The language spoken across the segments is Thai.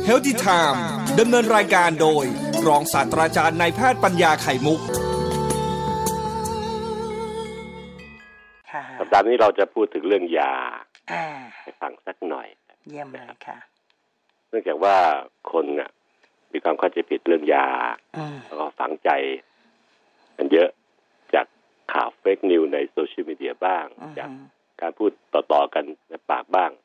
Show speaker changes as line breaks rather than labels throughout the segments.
Healthy Time ดำเนินรายการโดยรองศาสตราจารย์นายแพทย์ปัญญาไข่มุก
สัปดาห์นี้เราจะพูดถึงเรื่องยาให้ฟังสักหน่อย
เยี่ยมเลยค่ะ
เนื่องจากว่าคนน่ะมีความเข้าใจผิดเรื่องยาแล้วก็ฝังใจกันเยอะจากข่าวเฟกนิวในโซเชียลมีเดียบ้างจากการพูดต่อๆกันในปากบ้าง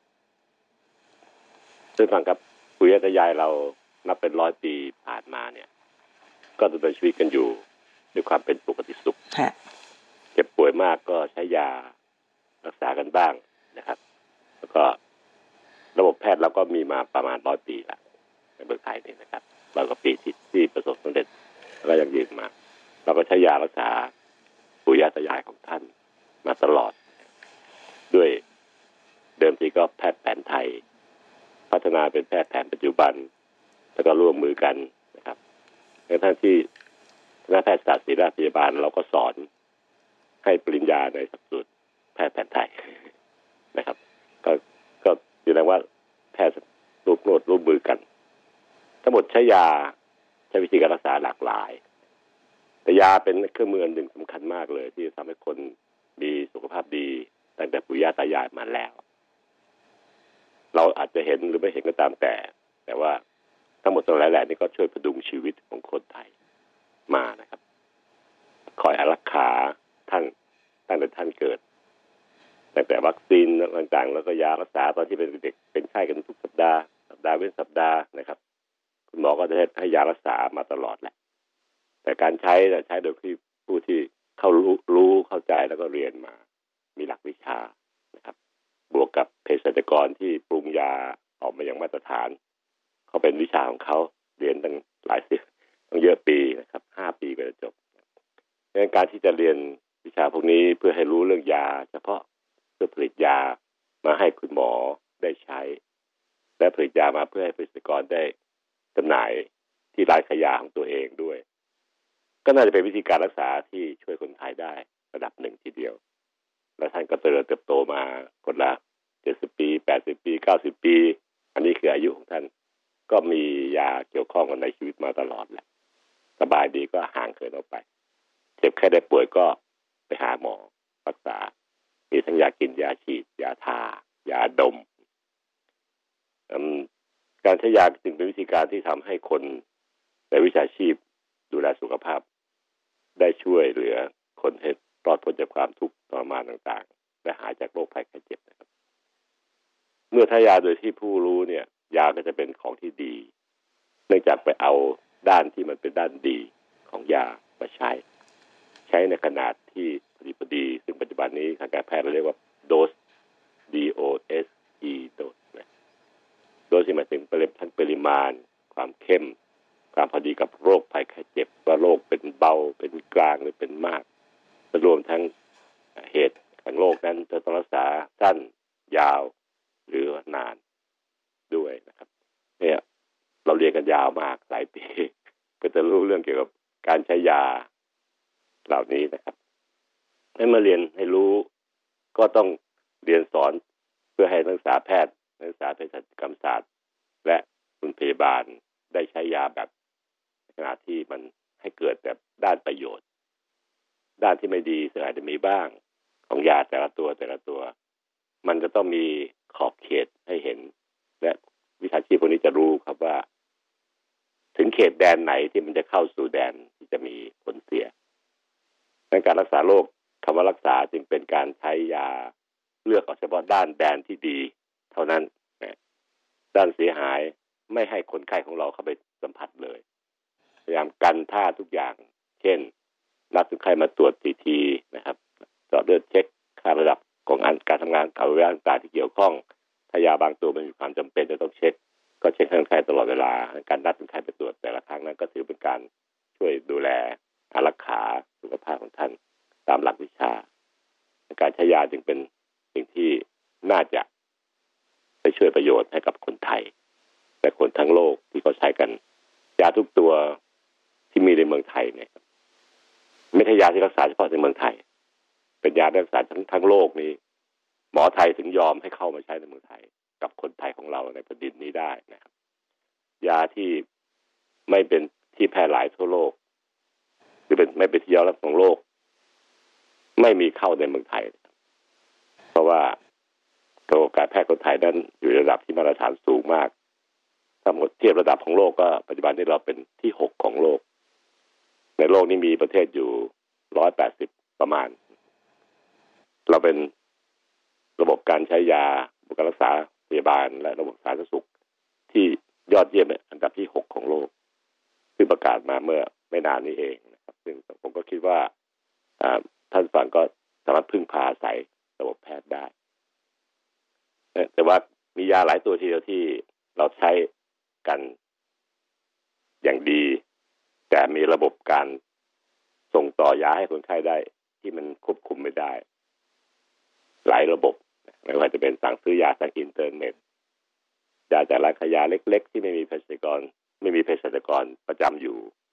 ซึ่งฟังกับปู่ย่าตายายเรานับเป็น100 ปีผ่านมาเนี่ยก็ดำเนินชีวิตกันอยู่ด้วยความเป็นปกติสุขเจ็บป่วยมากก็ใช้ยารักษากันบ้างนะครับแล้วก็ระบบแพทย์เราก็มีมาประมาณ100 ปีแล้วในเมืองไทยนี่นะครับ100 กว่าปีที่ประสบความสำเร็จแล้วก็ยังยืนมาเราก็ใช้ยารักษาปู่ย่าตายายของท่านมาตลอดด้วยเดิมทีก็แพทย์แผนไทยพัฒนาเป็นแพทย์แผนปัจจุบันแล้วก็ร่วมมือกันนะครับในท่านที่คณะแพทยศาสตร์ศิริราชพยาบาลเราก็สอนให้ปริญญาในหลักสูตรแพทย์แผนไทยนะครับก็แสดงว่าแพทย์ร่วมมือกันทั้งหมดใช้ยาใช้วิธีการรักษาหลากหลายแต่ยาเป็นเครื่องมือหนึ่งสำคัญมากเลยที่ทำให้คนมีสุขภาพดีตั้งแต่ปู่ย่าตายายมาแล้วเราอาจจะเห็นหรือไม่เห็นก็ตามแต่ว่าทั้งหมดทั้งหลายแหล่นี่ก็ช่วยพดุงชีวิตของคนไทยมานะครับคอยอารักขาท่านตั้งแต่ท่านเกิดตั้งแต่วัคซีนต่างๆแล้วก็ยารักษาตอนที่เป็นเด็กเป็นไข้กันทุกสัปดาห์เว้นสัปดาห์นะครับคุณหมอก็จะให้ยารักษามาตลอดแหละแต่การใช้โดยที่ผู้ที่เขารู้เข้าใจแล้วก็เรียนมามีหลักวิชานะครับบวกกับเภสัชกรที่ปรุงยาออกมาอย่างมาตรฐานเขาเป็นวิชาของเขาเรียนตั้งหลายตั้งเยอะปีนะครับ5 ปีก็จะจบดังนั้นการที่จะเรียนวิชาพวกนี้เพื่อให้รู้เรื่องยาเฉพาะเพื่อผลิตยามาให้คุณหมอได้ใช้และผลิตยามาเพื่อให้เภสัชกรได้จำหน่ายที่ร้านขายยาของตัวเองด้วยก็น่าจะเป็นวิธีการรักษาที่ช่วยคนไทยได้ระดับหนึ่งทีเดียวและท่านก็เติบโตมาคนละ70 ปี80 ปี90 ปีอันนี้คืออายุของท่านก็มียาเกี่ยวข้องกันในชีวิตมาตลอดแหละสบายดีก็ห่างเหินออกไปเจ็บแค่ได้ป่วยก็ไปหาหมอรักษามีทั้งยากินยาฉีดยาทายาดมการใช้ยาจึงเป็นวิธีการที่ทำให้คนในวิชาชีพดูแลสุขภาพได้ช่วยเหลือคนให้ปลอดพ้นจากความทุกข์ทรมานต่างๆและหายจากโรคภัยไข้เจ็บนะครับเมื่อทายาโดยที่ผู้รู้เนี่ยยาก็จะเป็นของที่ดีเนื่องจากไปเอาด้านที่มันเป็นด้านดีของยามาใช้ในขนาดที่พอดีซึ่งปัจจุบันนี้ทางการแพทย์เราเรียกว่าโดส DOSE โดสนะโดสที่หมายถึงปริมาณความเข้มความพอดีกับโรคภัยไข้เจ็บว่าโรคเป็นเบาเป็นกลางหรือเป็นมากรวมทั้งเหตุของโรคนั้นจะต้องรักษาสั้นยาวหรือนานด้วยนะครับเนี่ยเราเรียนกันยาวมากหลายปีก็จะรู้เรื่องเกี่ยวกับการใช้ยาเหล่านี้นะครับให้มาเรียนให้รู้ก็ต้องเรียนสอนเพื่อให้นักศึกษาแพทย์นักศึกษาเภสัชกรรมศาสตร์และคุณพยาบาลได้ใช้ยาแบบขณะที่มันให้เกิดแบบด้านประโยชน์ด้านที่ไม่ดีซึ่งอาจจะมีบ้างของยาแต่ละตัวมันจะต้องมีขอบเขตให้เห็นและวิชาชีพพวกนี้จะรู้ครับว่าถึงเขตแดนไหนที่มันจะเข้าสู่แดนที่จะมีผลเสียในการรักษาโรคคำว่ารักษาจึงเป็นการใช้ยาเลือกเอาเฉพาะด้านแดนที่ดีเท่านั้นด้านเสียหายไม่ให้คนไข้ของเราเข้าไปสัมผัสเลยพยายามกันท่าทุกอย่างเช่นนัดคนไข้มาตรวจทีนะครับเจาะเลือดเช็คค่าระดับของการทำงานของอวัยวะต่างๆที่เกี่ยวข้องถ้ายาบางตัวมันมีความจำเป็นจะต้องเช็คก็เช็คคนไข้ตลอดเวลาการนัดคนไข้ไปตรวจแต่ละครั้งนั้นก็ถือเป็นการช่วยดูแลอารักขาสุขภาพของท่านตามหลักวิชาการใช้ยาจึงเป็นสิ่งที่น่าจะไปช่วยประโยชน์ให้กับคนไทยและคนทั้งโลกที่เขาใช้กันยาทุกตัวที่มีในเมืองไทยเนี่ยไม่ใช่ยาที่รักษาเฉพาะในเมืองไทยเป็นยารักษาทั้งโลกนี้หมอไทยถึงยอมให้เข้ามาใช้ในเมืองไทยกับคนไทยของเราในแผ่นดินนี้ได้นะครับยาที่ไม่เป็นที่แพร่หลายทั่วโลกหรือไม่เป็นที่ยอมรับของโลกไม่มีเข้าในเมืองไทยเพราะว่าระบบการแพทย์คนไทยนั้นอยู่ในระดับที่มาตรฐานสูงมากถ้าหมดเทียบระดับของโลกก็ปัจจุบันนี้เราเป็นที่6ของโลกในโลกนี้มีประเทศอยู่180ประมาณเราเป็นระบบการใช้ยาการรักษาพยาบาลและระบบสาธารณสุขที่ยอดเยี่ยมอันดับที่6ของโลกซึ่งประกาศมาเมื่อไม่นานนี้เองนะครับซึ่งผมก็คิดว่าท่านฟังก็สามารถพึ่งพาอาศัยระบบแพทย์ได้แต่ว่ามียาหลายตัวทีเดียวที่เราใช้กันอย่างดีแต่มีระบบการส่งต่อยาให้คนไข้ได้ที่มันควบคุมไม่ได้หลายระบบไม่ว่าจะเป็นสั่งซื้อยาทางอินเทอร์เน็ตยาจากร้านขายยาเล็กๆที่ไม่มีเภสัชกรประจำอยู่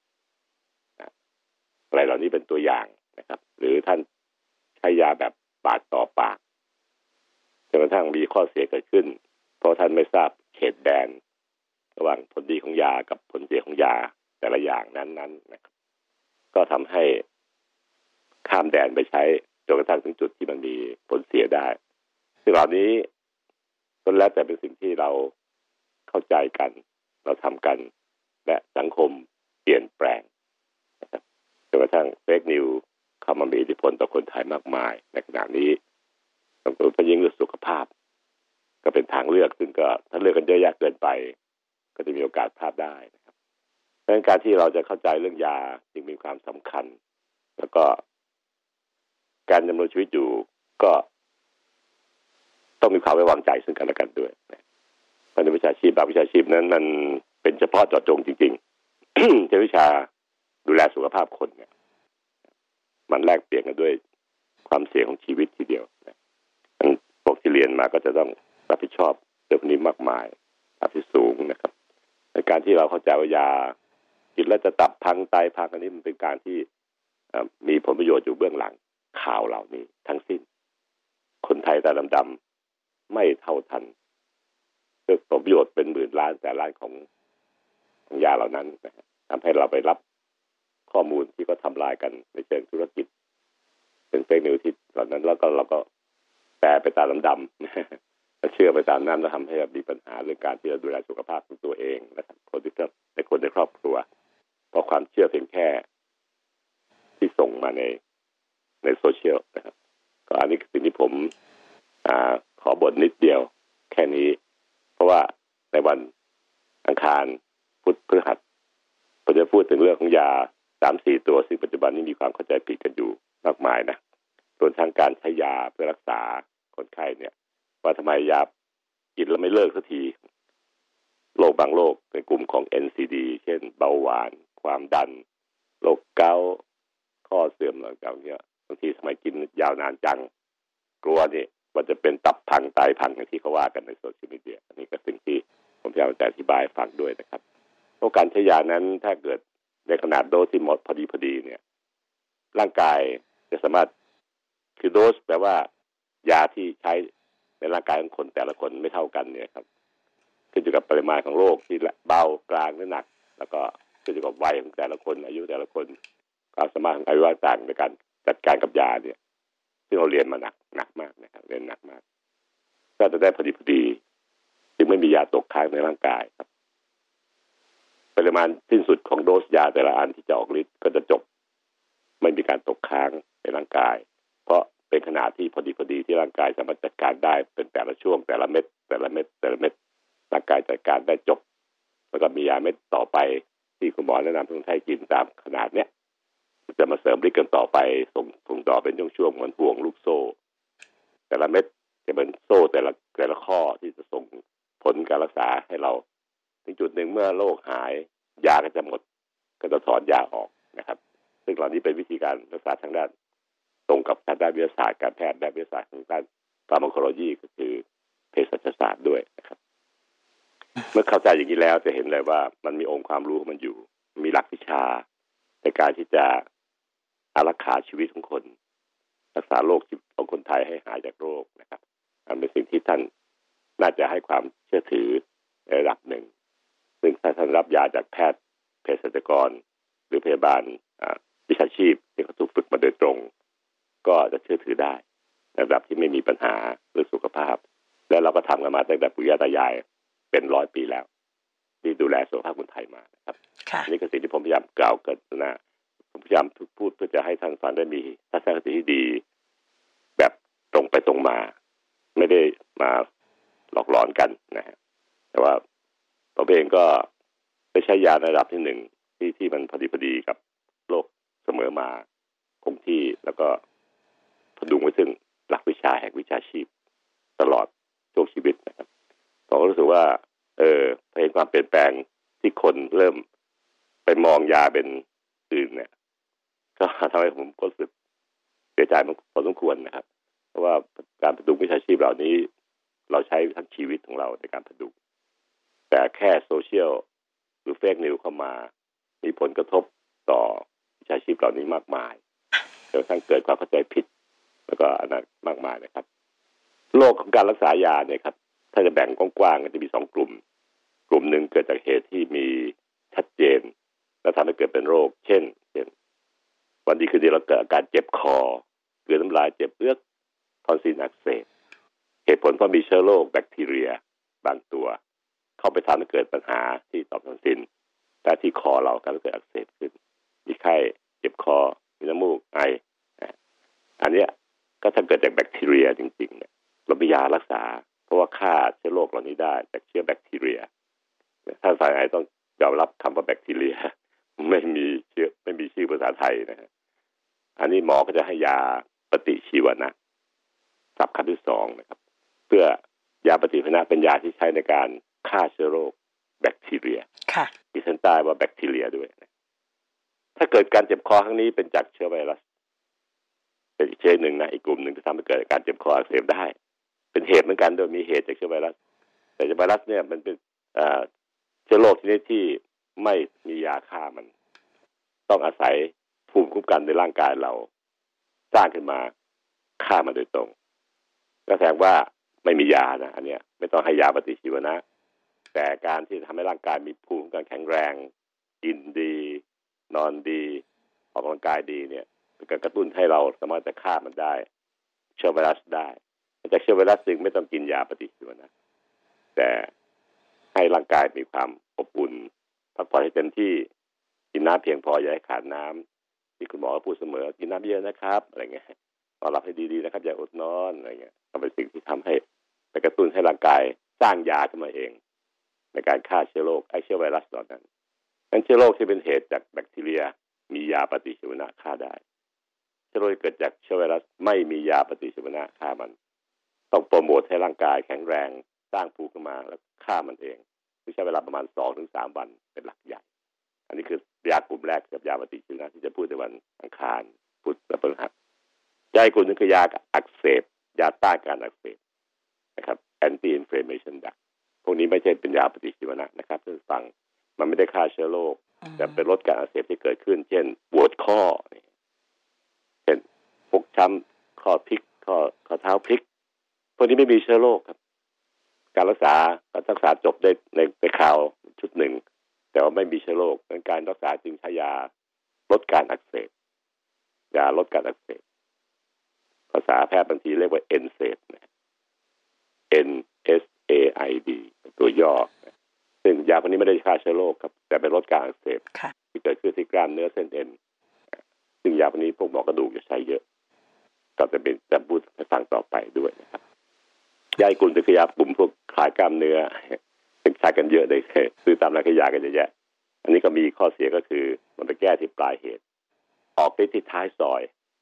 อะไรเหล่านี้เป็นตัวอย่างนะครับหรือท่านใช้ยาแบบปากต่อปากจนกระทั่งมีข้อเสียเกิดขึ้นเพราะท่านไม่ทราบเขตแดนระหว่างผลดีของยากับผลเสียของยาแต่ละอย่างนั้นนะครับก็ทำให้ข้ามแดนไปใช้จนกระทั่งถึงจุดที่มันมีผลเสียได้ซึ่งเหล่านี้ก็แล้วแต่เป็นสิ่งที่เราเข้าใจกันเราทำกันและสังคมเปลี่ยนแปลงนะครับจนกระทั่งเฟกนิวเข้ามามีอิทธิพลต่อคนไทยมากมายในขณะนี้ต้องโดยเฉพาะยิ่งเรื่องสุขภาพก็เป็นทางเลือกซึ่งก็ถ้าเลือกกันเยอะแยะเกินไปก็จะมีโอกาสพลาดได้นะครับดังนั้นการที่เราจะเข้าใจเรื่องยาจึงมีความสำคัญแล้วก็การดำเนินชีวิตอยู่ก็ต้องมีความไว้วางใจซึ่งกันและกันด้วยในวิชาชีพบางวิชาชีพนั้นมันเป็นเฉพาะเจาะจงจริงๆ ในวิชาดูแลสุขภาพคนเนี่ยมันแลกเปลี่ยนกันด้วยความเสี่ยงของชีวิตทีเดียวพวกที่เรียนมาก็จะต้องรับผิดชอบเรื่องนี้มากมายอัตราสูงนะครับในการที่เราเข้าใจว่ายากินแล้วจะตับพังไตพังอันนี้มันเป็นการที่มีผลประโยชน์อยู่เบื้องหลังข่าวเหล่านี้ทั้งสิ้นคนไทยตาดำๆไม่เท่าทันเรื่องผลประโยชน์เป็นหมื่นล้านแสนล้านของยาเหล่านั้นทำให้เราไปรับข้อมูลที่ก็ทำลายกันในเชิงธุรกิจเป็นเฟกนิวส์ที่ตอนนั้นแล้วก็เราก็แปลไปตามดำๆเชื่อไปตามนั้นแล้วทำให้มีปัญหาเรื่องการที่จะดูแลสุขภาพของตัวเองและคนในครอบครัวเพราะความเชื่อเพียงแค่ที่ส่งมาในโซเชียลนะครับก็อันนี้คือสิ่งที่ผมขอบ่นนิดเดียวแค่นี้เพราะว่าในวันอังคารพุธพฤหัสผมจะพูดถึงเรื่องของยา 3-4 ตัวซึ่งปัจจุบันนี้มีความเข้าใจผิดกันอยู่มากมายนะรวมทั้งการใช้ยาเพื่อรักษาคนไข้เนี่ยว่าทำไมยากินแล้วไม่เลิกสักทีโรคบางโรคในกลุ่มของ NCD เช่นเบาหวานความดันโรคเกาต์ข้อเสื่อมต่างๆเนี่ยบางทีทำไมกินยาวนานจังกลัวนี่ว่าจะเป็นตับพังไตพังอย่างที่เขาว่ากันในโซเชียลมีเดียอันนี้ก็สิ่งที่ผมพยายามจะอธิบายฟังด้วยนะครับเพราะการใช้ยานั้นถ้าเกิดในขนาดโดสที่หมดพอดีเนี่ยร่างกายจะสามารถคือโดสแปลว่ายาที่ใช้ในร่างกายของคนแต่ละคนไม่เท่ากันเนี่ยครับขึ้นอยู่กับปริมาณของโรคที่เบากลางหรือหนักแล้วก็ขึ้นอยู่กับวัยของแต่ละคนอายุแต่ละคนความสามารถของอายุต่างในการจัดการกับยาเนี่ยซึ่งเราเรียนมาหนักมากนะครับเรียนหนักมากก็จะได้พอดีจึงไม่มียาตกค้างในร่างกายครับปริมาณสิ้นสุดของโดสยาแต่ละอันที่จะออกฤทธิ์ก็จะจบไม่มีการตกค้างในร่างกายเพราะเป็นขนาดที่พอดีที่ร่างกายสามารถจัดการได้เป็นแต่ละช่วงแต่ละเม็ดร่างกายจัดการได้จบแล้วก็มียาเม็ดต่อไปที่คุณหมอแนะนำให้คนไข้กินตามขนาดเนี้ยจะมาเสริมฤทธิ์กันต่อไปส่งต่อเป็นช่วงๆเหมือนห่วงลูกโซ่แต่ละเม็ดจะเป็นโซ่แต่ละข้อที่จะส่งผลการรักษาให้เราถึงจุดหนึ่งเมื่อโรคหายยาก็จะหมดก็จะถอนยาออกนะครับซึ่งเหล่านี้เป็นวิธีการรักษาทางด้านตรงกับทางด้านวิทยาศาสตร์การแพทย์และวิทยาศาสตร์ทางด้านฟาร์มาโคโลจีก็คือเภสัชศาสตร์ด้วยนะครับเมื่อเข้าใจอย่างนี้แล้วจะเห็นเลยว่ามันมีองค์ความรู้ของมันอยู่มีหลักวิชาในการที่จะอารักขาชีวิตของคนรักษาโรคของคนไทยให้หายจากโรคนะครับอันเป็นสิ่งที่ท่านน่าจะให้ความเชื่อถือในระดับหนึ่งซึ่ซึ่งถ้าท่านรับยาจากแพทย์เภสัชกรหรือพยาบาลวิชาชีพที่เขาถูกฝึกมาโดยตรงก็จะเชื่อถือได้ในระดับที่ไม่มีปัญหาเรื่องสุขภาพและเราก็ทำกันมาตั้งแต่ปู่ย่าตายายเป็น100 ปีแล้วที่ดูแลสุขภาพคนไทยมานะครับนี่คือสิ่งที่ผมพยายามกล่าวเกิดนะผมพยายามพูดเพื่อจะให้ท่านฟังได้มีทัศนคติที่ดีแบบตรงไปตรงมาไม่ได้มาหลอกหลอนกันนะฮะแต่ว่าผมเองก็ได้ใช้ยาในระดับที่หนึ่งที่มันพอดีกับโรคเสมอมาคงที่แล้วก็พดุงไว้ซึ่งหลักวิชาแห่งวิชาชีพตลอดช่วงชีวิตนะครับผมก็รู้สึกว่าเห็นความเปลี่ยนแปลงที่คนเริ่มไปมองยาเป็นอื่นเนี่ยก็ทำให้ผมก็รู้สึกเสียใจพอสมควรนะครับเพราะว่าการพดุงวิชาชีพเหล่านี้เราใช้ทั้งชีวิตของเราในการพดุงแต่แค่โซเชียลหรือเฟกนิวเข้ามามีผลกระทบต่อวิชาชีพเหล่านี้มากมายจนกระทั่งเกิดความเข้าใจผิดแล้วก็อันนั้นมากมายนะครับโรคของการรักษายาเนี่ยครับถ้าจะแบ่งกว้างๆก็จะมี2 กลุ่มหนึ่งเกิดจากเหตุที่มีชัดเจนแล้วทำให้เกิดเป็นโรคเช่นวันดีคืนดีเราเกิดอาการเจ็บคอเกลือน้ำลายเจ็บเลือดทอนซิลอักเสบเหตุผลเพราะมีเชื้อโรคแบคทีเรียบางตัวเข้าไปทำให้เกิดปัญหาที่ต่อมทอนซิลแต่ที่คอเราก็เกิดอักเสบขึ้นมีไข้เจ็บคอมีน้ำมูกไออันนี้ก็ถ้าเกิดจากแบคทีเรียจริงๆเนี่ยเรามียารักษาเพราะว่าฆ่าเชื้อโรคเหล่านี้ได้จากเชื้อแบคทีเรียถ้าสายไหนต้องยอมรับคำว่าแบคทีเรียไม่มีชื่อภาษาไทยนะฮะอันนี้หมอก็จะให้ยาปฏิชีวนะศัพท์คำที่2นะครับเพื่อยาปฏิชีวนะเป็นยาที่ใช้ในการฆ่าเชื้อโรคแบคทีเรียที่เส้นใต้ว่าแบคทีเรียด้วยนะถ้าเกิดการเจ็บคอครั้งนี้เป็นจากเชื้อไวรัสเป็นอีกเชื้อหนึ่งนะอีกกลุ่มหนึ่งที่ทำให้เกิดการเจ็บคออักเสบได้เป็นเหตุเหมือนกันโดยมีเหตุจากเชื้อไวรัสแต่เชื้อไวรัสเนี่ยมันเป็นเชื้อโรคชนิดที่ไม่มียาฆ่ามันต้องอาศัยภูมิคุ้มกันในร่างกายเราสร้างขึ้นมาฆ่ามันโดยตรงก็แสดงว่าไม่มียานะอันเนี้ยไม่ต้องให้ยาปฏิชีวนะแต่การที่ทำให้ร่างกายมีภูมิคุ้มกันแข็งแรงกินดีนอนดีออกกำลังกายดีเนี่ยเป็นการกระตุ้นให้เราสามารถจะฆ่ามันได้เชื้อไวรัสได้จากเชื้อไวรัสจึงไม่ต้องกินยาปฏิชีวนะแต่ให้ร่างกายมีความอบอุ่นพักผ่อนให้เต็มที่กินน้ำเพียงพออย่าให้ขาดน้ำที่คุณหมอพูดเสมอกินน้ำเยอะนะครับอะไรเงี้ยนอนหลับให้ดีๆนะครับอย่าอดนอนอะไรเงี้ยก็เป็นสิ่งที่ทำให้ไปกระตุ้นให้ร่างกายสร้างยาขึ้นมาเองในการฆ่าเชื้อโรคไอเชื้อไวรัสเหล่านั้นงั้นเชื้อโรคที่เป็นเหตุจากแบคทีเรียมียาปฏิชีวนะฆ่าได้เชื้อโรคที่เกิดจากเชื้อไวรัสไม่มียาปฏิชีวนะฆ่ามันต้องโปรโมทให้ร่างกายแข็งแรงสร้างภูมิขึ้นมาแล้วฆ่ามันเองใช้เวลาประมาณ 2-3 วันเป็นหลักใหญ่อันนี้คือยากลุ่มแรกกับยาปฏิชีวนะที่จะพูดในวันอังคารพุธและพฤหัสยากลุ่มนึงคือยาอักเสบยาต้านการอักเสบนะครับ anti inflammation drug พวกนี้ไม่ใช่เป็นยาปฏิชีวนะนะครับท่านฟังมันไม่ได้ฆ่าเชื้อโรคแต่เป็นลดการอักเสบที่เกิดขึ้นเช่นปวดข้อเช่นฟกช้ำข้อพลิกข้อเท้าพลิกพวกนี้ไม่มีเชื้อโรคครับการรักษาจบได้ในข่าวชุดหนึ่งแต่ว่าไม่มีเชื้อโรคดังการรักษาจึงใช้ยาลดการอักเสบยาลดการอักเสบภาษาแพทย์บางทีเรียกว่า NSAID NSAID ตัวย่อซึ่งยาพวกนี้ไม่ได้ฆ่าเชื้อโรคครับแต่เป็นลดการอักเสบที่เกิดขึ้นที่กล้ามเนื้อเส้นเอ็นซึ่งยาพวกนี้พวกหมอกระดูกจะใช้เยอะก็จะพูดให้ฟังต่อไปด้วยนะครับยาอีกกลุ่มคือยากลุ่มพวกคลายกล้ามเนื้อซึ่งใช้กันเยอะเลยซื้อตามร้านขายยากันเยอะแยะอันนี้ก็มีข้อเสียก็คือมันไปแก้ที่ปลายเหตุออกไปที่ท้ายซอย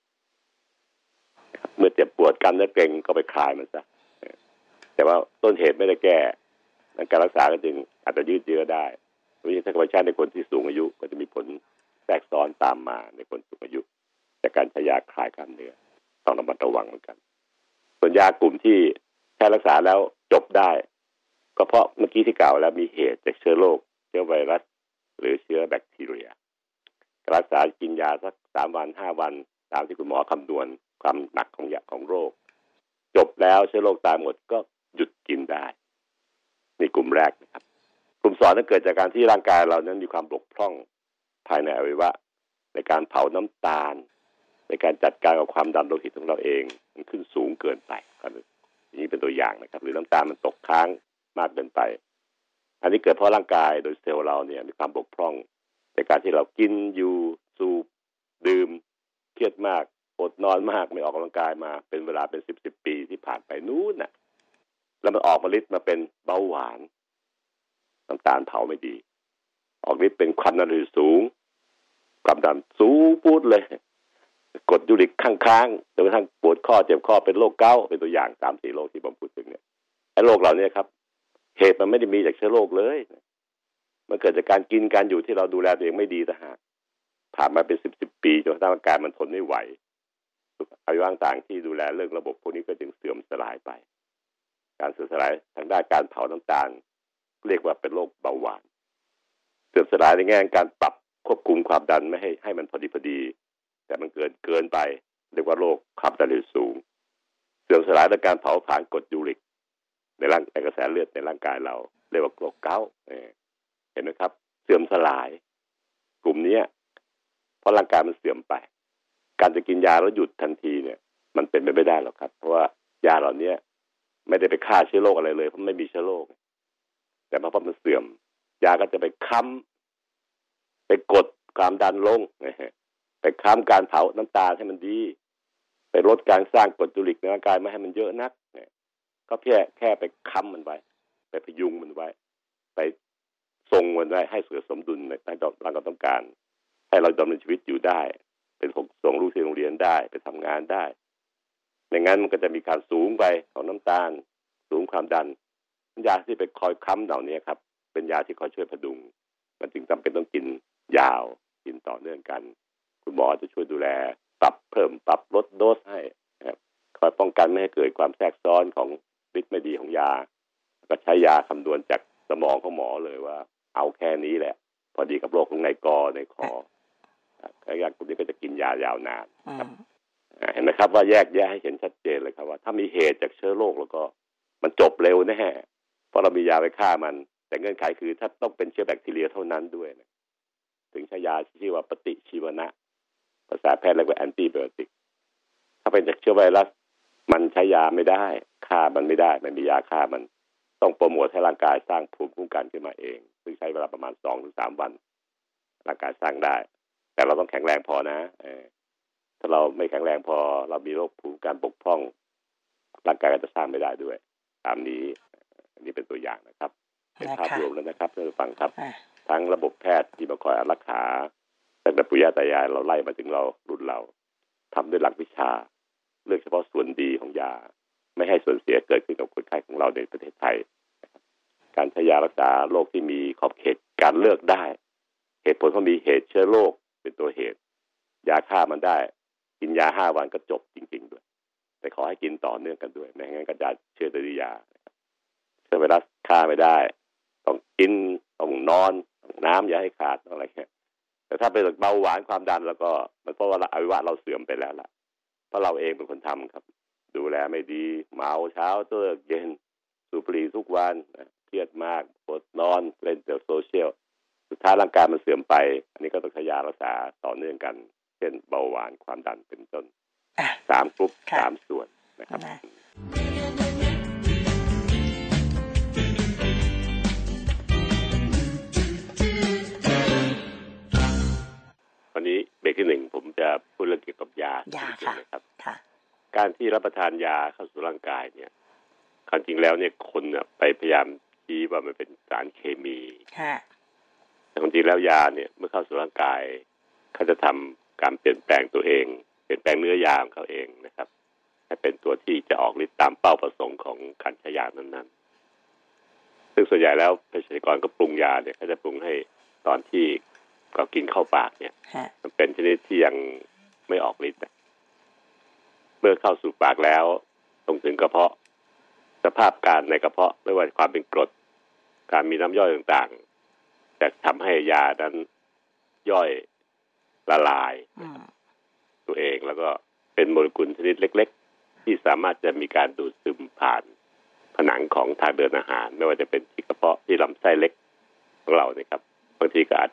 เมื่อเจ็บปวดกล้ามเนื้อเกร็งก็ไปคลายมันซะแต่ว่าต้นเหตุไม่ได้แก้การรักษาก็จึงอาจจะยืดเยื้อได้โดยเฉพาะถ้าใช้ในคนที่สูงอายุก็จะมีผลแทรกซ้อนตามมาในคนสูงอายุจากการใช้ยาคลายกล้ามเนื้อต้องระมัดระวังเหมือนกันส่วนยากลุ่มที่ใช้รักษาแล้วจบได้ก็เพราะเมื่อกี้ที่กล่าวแล้วมีเหตุจากเชื้อโรคเชื้อไวรัสหรือเชื้อแบคทีเรียรักษากินยาสัก3 วัน 5 วันตามที่คุณหมอคำนวณความหนักของยาของโรคจบแล้วเชื้อโรคตายหมดก็หยุดกินได้นี่กลุ่มแรกนะครับกลุ่ม2นั้นเกิดจากการที่ร่างกายเรานั้นมีความบกพร่องภายในอวัยวะในการเผาน้ำตาลในการจัดการกับความดันโลหิตของเราเองมันขึ้นสูงเกินไปอันนี้เป็นตัวอย่างนะครับหรือน้ำตาลมันตกค้างมากเกินไปอันนี้เกิดเพราะร่างกายโดยเซลล์เราเนี่ยมีความบกพร่องในการที่เรากินอยู่สูบดื่มเครียดมากอดนอนมากไม่ออกกำลังกายมาเป็นเวลาเป็น10 ปีที่ผ่านไปนู้นน่ะแล้วมันออกมาฤทธิ์มาเป็นเบาหวานน้ำตาลเผาไม่ดีออกฤทธิ์เป็นความดันสูงความดันสูงพูดเลยกรดยูริกค้างๆจนกระทั่งปวดข้อเจ็บข้อเป็นโรคเกาต์เป็นตัวอย่าง 3-4 โรคที่ผมพูดถึงเนี่ยไอ้โรคเหล่านี้ครับเหตุมันไม่ได้มีจากเชื้อโรคเลยมันเกิดจากการกินการอยู่ที่เราดูแลตัวเองไม่ดีต่างหากผ่านมาเป็น10 ปีจนกระทั่งร่างกายมันทนไม่ไหวอวัยวะต่างๆที่ดูแลเรื่องระบบพวกนี้ก็จึงเสื่อมสลายไปการเสื่อมสลายทางด้านการเผาน้ำตาลเรียกว่าเป็นโรคเบาหวานเสื่อมสลายในแง่การปรับควบคุมความดันไม่ให้มันพอดีแต่มันเกินไปเรียกว่าโรคความดันสูงเสื่อมสลายในการเผาผลาญกรดยูริกในกระแสเลือดในร่างกายเราเรียกว่าโรคเกาต์เห็นไหมครับเสื่อมสลายกลุ่มนี้เพราะร่างกายมันเสื่อมไปการจะกินยาแล้วหยุดทันทีเนี่ยมันเป็นไปไม่ได้หรอกครับเพราะว่ายาเหล่านี้ไม่ได้ไปฆ่าเชื้อโรคอะไรเลยเพราะไม่มีเชื้อโรคแต่เพราะมันเสื่อมยาก็จะไปค้ำไปกดความดันลงไปค้ำการเผาน้ำตาลให้มันดีไปลดการสร้างกรดยูริกในร่างกายไม่ให้มันเยอะนักก็แค่ไปค้ำมันไว้ไปพยุงมันไว้ไปทรงมันไว้ให้เกิดสมดุลในตามเราต้องการให้เราดำเนินชีวิตอยู่ได้เป็นส่งลูกเรียนโรงเรียนได้ไปทำงานได้ไม่งั้นมันก็จะมีการสูงไปของน้ำตาลสูงความดันยาที่ไปคอยค้ำเหล่านี้ครับเป็นยาที่คอยช่วยพดุงมันจึงจำเป็นต้องกินยาวกินต่อเนื่องกันคุณหมอจะช่วยดูแลปรับเพิ่มปรับลดโดสให้คอยป้องกันไม่ให้เกิดความแทรกซ้อนของฤทธิ์ไม่ดีของยาก็ใช้ยาคำนวณจากสมองของหมอเลยว่าเอาแค่นี้แหละพอดีกับโรคของในกอในคออย่างกลุ่มนี้ก็จะกินยายาวนานครับเห็นไหมครับว่าแยกแยะให้เห็นชัดเจนเลยครับว่าถ้ามีเหตุจากเชื้อโรคแล้วก็มันจบเร็วแน่เพราะเรามียาไปฆ่ามันแต่เงื่อนไขคือถ้าต้องเป็นเชื้อแบคทีเรียเท่านั้นด้วยนะถึงใช้ยาชื่อว่าปฏิชีวนะภาษาแพทย์เรียกว่าแอนติไบโอติกถ้าเป็นจากเชื้อไวรัสมันใช้ยาไม่ได้ฆ่ามันไม่ได้ไม่มียาฆ่ามันต้องโปรโมทให้ร่างกายสร้างภูมิคุ้มกันขึ้นมาเองซึ่งใช้เวลาประมาณ 2-3 วันร่างกายสร้างได้แต่เราต้องแข็งแรงพอนะถ้าเราไม่แข็งแรงพอเรามีโรคภูมิคุ้มกันบกพร่องร่างกายก็จะสร้างไม่ได้ด้วยตามนี้อันนี้เป็นตัวอย่างนะครับเป็นภาพรวมแล้วนะครับท่านผู้ฟังครับทั้งระบบแพทย์ที่มาคอยรักษาตั้งแต่ปู่ย่าตายายเราไล่มาถึงเรารุ่นเราทำด้วยหลักวิชาเลือกเฉพาะส่วนดีของยาไม่ให้ส่วนเสียเกิดขึ้นกับคนไข้ของเราในประเทศไทยการใช้ยารักษาโรคที่มีขอบเขตการเลือกได้เหตุผลเพราะมีเหตุเชื้อโรคเป็นตัวเหตุยาฆ่ามันได้กินยา5 วันก็จบจริงๆด้วยแต่ขอให้กินต่อเนื่องกันด้วยไม่งั้นก็จะเชื้อตัวยาเชื้อไวรัสฆ่าไม่ได้ต้องกินต้องนอนน้ำอย่าให้ขาดอะไรเงี้ยแต่ถ้าเป็นเบาหวานความดันแล้วก็มันเพราะว่าอวัยวะเราเสื่อมไปแล้วล่ะเพราะเราเองเป็นคนทำครับดูแลไม่ดีเมาเช้าเลิกเย็นสูบบุหรี่ทุกวันเครียดมากอดนอนเล่นแต่โซเชียลสุดท้ายร่างกายมันเสื่อมไปอันนี้ก็ต้องใช้ยารักษาต่อเนื่องกันเช่นเบาหวานความดันเป็นต้น3 กลุ่ม3 ส่วนนะครับวันนี้เบรกที่1ผมจะพูดเรื่องเกี่ยวกับยาครับการที่รับประทานยาเข้าสู่ร่างกายเนี่ยความจริงแล้วเนี่ยคนไปพยายามชี้ว่ามันเป็นสารเคมีแต่ความจริงแล้วยาเนี่ยเมื่อเข้าสู่ร่างกายเขาจะทำการเปลี่ยนแปลงตัวเองเปลี่ยนแปลงเนื้อยาของเขาเองนะครับให้เป็นตัวที่จะออกฤทธิ์ตามเป้าประสงค์ของการใช้ยานั้นๆซึ่งส่วนใหญ่แล้วเภสัชกรก็ปรุงยาเนี่ยเขาจะปรุงให้ตอนที่ก็กินเข้าปากเนี่ยมันเป็นชนิดที่ยังไม่ออกฤทธิ์เมื่อเข้าสู่ปากแล้วตรงถึงกระเพาะสภาพการในกระเพาะไม่ว่าความเป็นกรดการมีน้ำย่อยต่างๆจะทำให้ยานั้นย่อยละลายตัวเองแล้วก็เป็นโมเลกุลชนิดเล็กๆที่สามารถจะมีการดูดซึมผ่านผนังของทางเดินอาหารไม่ว่าจะเป็นที่กระเพาะที่ลำไส้เล็ก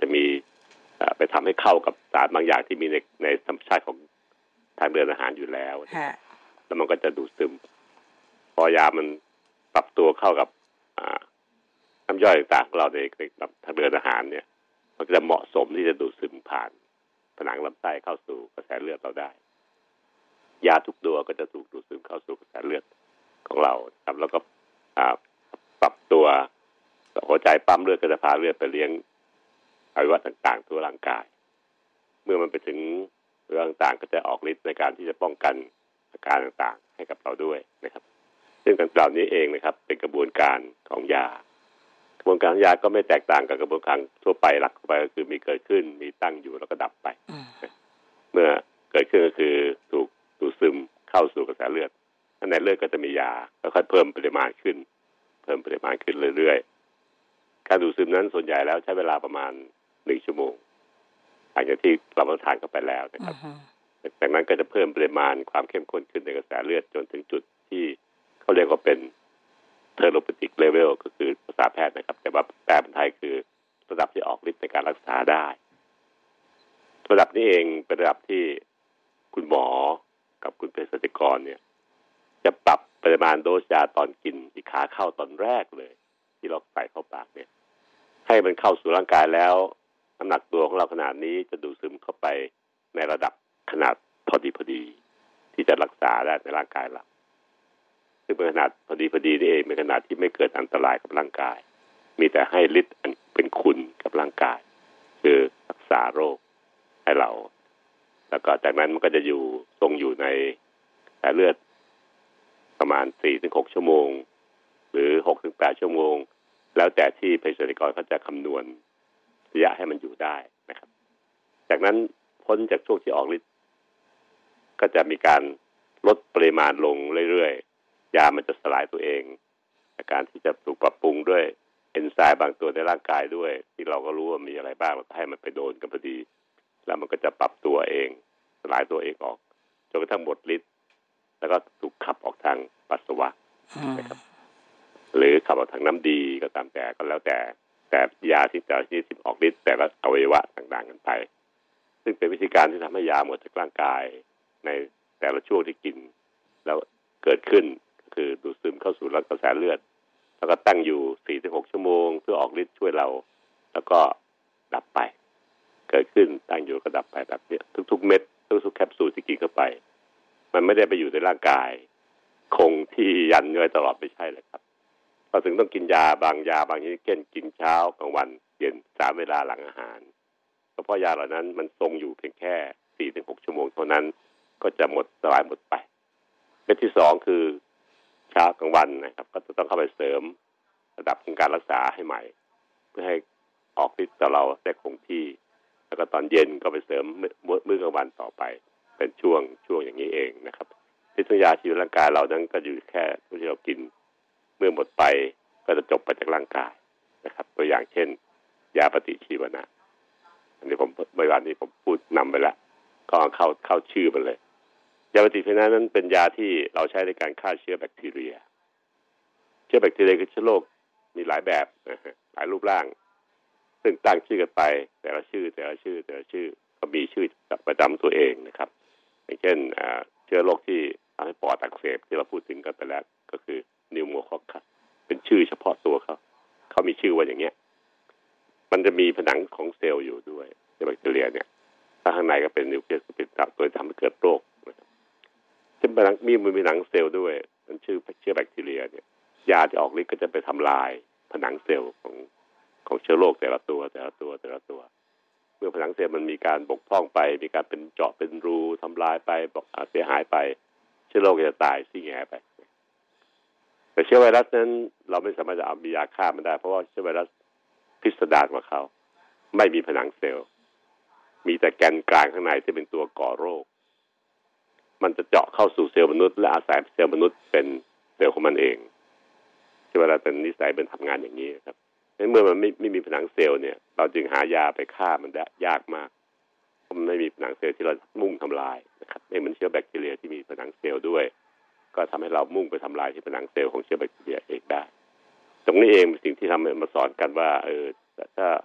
จะมีไปทำให้เข้ากับสารบางอย่างที่มีในธรรมชาติของทางเดินอาหารอยู่แล้วแล้วมันก็จะดูดซึมพอยามันปรับตัวเข้ากับน้ำย่อยต่างๆของเราในทางเดินอาหารเนี่ยมันก็จะเหมาะสมที่จะดูดซึมผ่านผนังลำไส้เข้าสู่กระแสเลือดเราได้ยาทุกตัวก็จะถูกดูดซึมเข้าสู่กระแสเลือดของเราครับแล้วก็ปรับตัวหัวใจปั๊มเลือดก็จะพาเลือดไปเลี้ยงอวัยวะต่างๆทั่วร่างกายเมื่อมันไปถึงเรื่องต่างๆก็จะออกฤทธิ์ในการที่จะป้องกันอาการต่างๆให้กับเราด้วยนะครับซึ่งต่างเหล่านี้เองนะครับเป็นกระบวนการของยากระบวนการยาก็ไม่แตกต่างกับกระบวนการทั่วไปหลักไปก็คือมีเกิดขึ้นมีตั้งอยู่แล้วก็ดับไปเมื่อเกิดขึ้นก็คือถูกดูดซึมเข้าสู่กระแสเลือดในเลือดก็จะมียาค่อยๆเพิ่มปริมาณขึ้นเรื่อยๆการดูดซึมนั้นส่วนใหญ่แล้วใช้เวลาประมาณ1 ชั่วโมงหลังจากที่รับประทานเข้าไปแล้วนะครับจากนั้นก็จะเพิ่มปริมาณความเข้มข้นขึ้นในกระแสเลือดจนถึงจุดที่เขาเรียกว่าเป็นเทอร์โมติกเลเวลก็คือภาษาแพทย์นะครับแต่ว่าแปลเป็นไทยคือระดับที่ออกฤทธิ์ในการรักษาได้ระดับนี้เองเป็นระดับที่คุณหมอกับคุณเภสัชกรเนี่ยจะปรับปริมาณโดสยาตอนกินที่ขาเข้าตอนแรกเลยที่เราใส่เข้าปากเนี่ยให้มันเข้าสู่ร่างกายแล้วน้ำหนักตัวของเราขนาดนี้จะดูดซึมเข้าไปในระดับขนาดพอดีที่จะรักษาได้ในร่างกายเราซึ่งเป็นขนาดพอดีนี่เองเป็นขนาดที่ไม่เกิดอันตรายกับร่างกายมีแต่ให้ฤทธิ์เป็นคุณกับร่างกายคือรักษาโรคให้เราแล้วก็จากนั้นมันก็จะทรงอยู่ในกระแสเลือดประมาณ 4-6 ชั่วโมงหรือ 6-8 ชั่วโมงแล้วแต่ที่เภสัชกรเขาจะคำนวณระยะให้มันอยู่ได้นะครับจากนั้นพ้นจากช่วงที่ออกฤทธิ์ก็จะมีการลดปริมาณลงเรื่อยๆยามันจะสลายตัวเองอาการที่จะถูกปรับปรุงด้วยเอนไซม์บางตัวในร่างกายด้วยที่เราก็รู้ว่ามีอะไรบ้างเราให้มันไปโดนกันพอดีแล้วมันก็จะปรับตัวเองสลายตัวเองออกจนกระทั่งหมดฤทธิ์แล้วก็ถูกขับออกทางปัสสาวะนะครับหรือขับออกทางน้ำดีก็ตามแต่ก็แล้วแต่ยาที่ออกฤทธิ์แต่ละอวัยวะต่างๆกันไปซึ่งเป็นวิธีการที่ทำให้ยาหมดจากร่างกายในแต่ละช่วงที่กินแล้วเกิดขึ้นคือดูดซึมเข้าสู่กระแสเลือดแล้วก็ตั้งอยู่ 4-6 ชั่วโมงเพื่อออกฤทธิ์ช่วยเราแล้วก็ดับไปเกิดขึ้นตั้งอยู่ก็ดับไปแบบนี้ทุกๆเม็ดทุกๆแคปซูลที่กินเข้าไปมันไม่ได้ไปอยู่ในร่างกายคงที่ยันเงยตลอดไม่ใช่เลยครับเราถึงต้องกินยาบางชนิดเช่นกินเช้ากลางวันเย็น3 เวลาหลังอาหารเพราะยาเหล่านั้นมันทรงอยู่เพียงแค่ 4-6 ชั่วโมงเท่านั้นก็จะสลายหมดไปเม็ดที่2คือเช้ากลางวันนะครับก็จะต้องเข้าไปเสริมระดับของการรักษาให้ใหม่เพื่อให้ออกฤทธิ์ต่อเราได้คงที่แล้วก็ตอนเย็นก็ไปเสริมมื้อกลางวันต่อไปเป็นช่วงอย่างนี้เองนะครับฤทธิ์ยาที่อยู่ร่างกายเรานั้นก็อยู่แค่ที่เรากินเมื่อหมดไปก็จะจบไปจากร่างกายนะครับตัวอย่างเช่นยาปฏิชีวนะอันนี้เมื่อวานนี้ผมพูดนำไปแล้วก็เข้าชื่อมันเลยยาปฏิชีวนะนั้นเป็นยาที่เราใช้ในการฆ่าเชื้อแบคทีเรียคือเชื้อโรคมีหลายแบบหลายรูปร่างซึ่งตั้งชื่อกันไปแต่ละชื่อก็มีชื่อประจำตัวเองนะครับอย่างเช่นเชื้อโรคที่ทำให้ปอดอักเสบที่เราพูดถึงกันไปแล้วก็คือนิวโมคอคคัสเป็นชื่อเฉพาะตัวเขามีชื่อว่าอย่างเงี้ยมันจะมีผนังของเซลล์อยู่ด้วยแบคทีเรียเนี่ยถ้าข้างในก็เป็นนิวเคลียสเป็นตัวทำให้เกิดโรคนะครับซึ่งมีหนังเซลล์ด้วยมันชื่อเชื้อแบคทีเรียเนี่ยยาที่ออกฤทธิ์ก็จะไปทำลายผนังเซลล์ของเชื้อโรคแต่ละตัวเมื่อผนังเซลล์มันมีการบกพร่องไปมีการเป็นเจาะเป็นรูทำลายไปเสียหายไปเชื้อโรคจะตายสิ้นแง่ไปแต่เชื้อไวรัสนั้นเราไม่สามารถจะเอามียาฆ่ามันได้เพราะว่าเชื้อไวรัสพิสดารกว่าเขาไม่มีผนังเซลล์มีแต่แกนกลางข้างในที่เป็นตัวก่อโรคมันจะเจาะเข้าสู่เซลล์มนุษย์และอาศัยเซลล์มนุษย์เป็นเซลล์ของมันเองเชื้อไวรัสเป็นนิสัยเป็นทำงานอย่างนี้ครับเมื่อมันไม่มีผนังเซลล์เนี่ยเราจึงหายาไปฆ่ามันได้ยากมากเพราะมันไม่มีผนังเซลล์ที่เรามุ่งทำลายนะครับไม่เหมือนเชื้อแบคทีเรียที่มีผนังเซลล์ด้วยก็ทำให้เรามุ่งไปทำลายที่ผนังเซลล์ของเชื้อแบคทีเรียเองได้ตรงนี้เองเป็นสิ่งที่ทำมาสอนกันว่าถ้า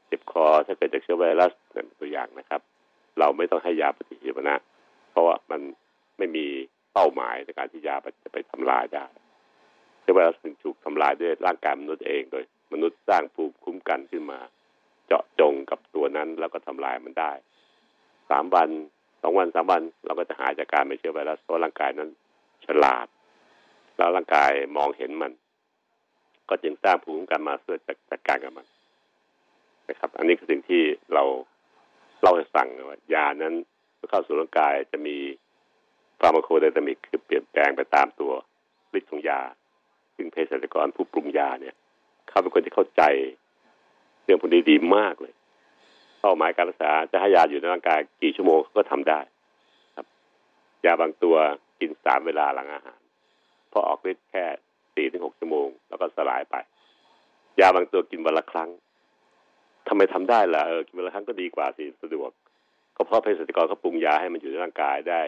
เจ็บคอถ้าเกิดจากเชื้อไวรัสเป็นตัวอย่างนะครับเราไม่ต้องให้ยาปฏิชีวนะเพราะว่ามันไม่มีเป้าหมายในการที่ยาจะไปทำลายได้เชื้อไวรัสถึงถูกทำลายด้วยร่างกายมนุษย์เองโดยมนุษย์สร้างภูมิคุ้มกันขึ้นมาเจาะจงกับตัวนั้นแล้วก็ทำลายมันได้3 วัน 2 วัน 3 วันเราก็จะหายจากการไม่เชื้อไวรัสเพราะร่างกายนั้นฉลาดแล้วร่างกายมองเห็นมันก็จึงสร้างภูมิคุ้มกันมาเพื่อจัดการกับมันนะครับอันนี้คือสิ่งที่เราเล่าให้ฟังว่ายานั้นเมื่อเข้าสู่ร่างกายจะมีฟาร์มาโคไดนามิกคือเปลี่ยนแปลงไปตามตัวฤทธิ์ของยาซึ่งเภสัชกรผู้ปรุงยาเนี่ยเขาเป็นคนที่เข้าใจเรื่องพวกนี้ดีมากเลยเป้าหมายการรักษาจะให้ยาอยู่ในร่างกายกี่ชั่วโมงเขาก็ทำได้ครับยาบางตัวกิน3 เวลาหลังอาหารพอออกฤทธิ์แค่ 4-6 ชั่วโมงแล้วก็สลายไปยาบางตัวกินวันละครั้งทำไมทำได้ล่ะกินวันละครั้งก็ดีกว่าสิสะดวกก็เพราะเภสัชกรเขาปรุงยาให้มันอยู่ในร่างกายได้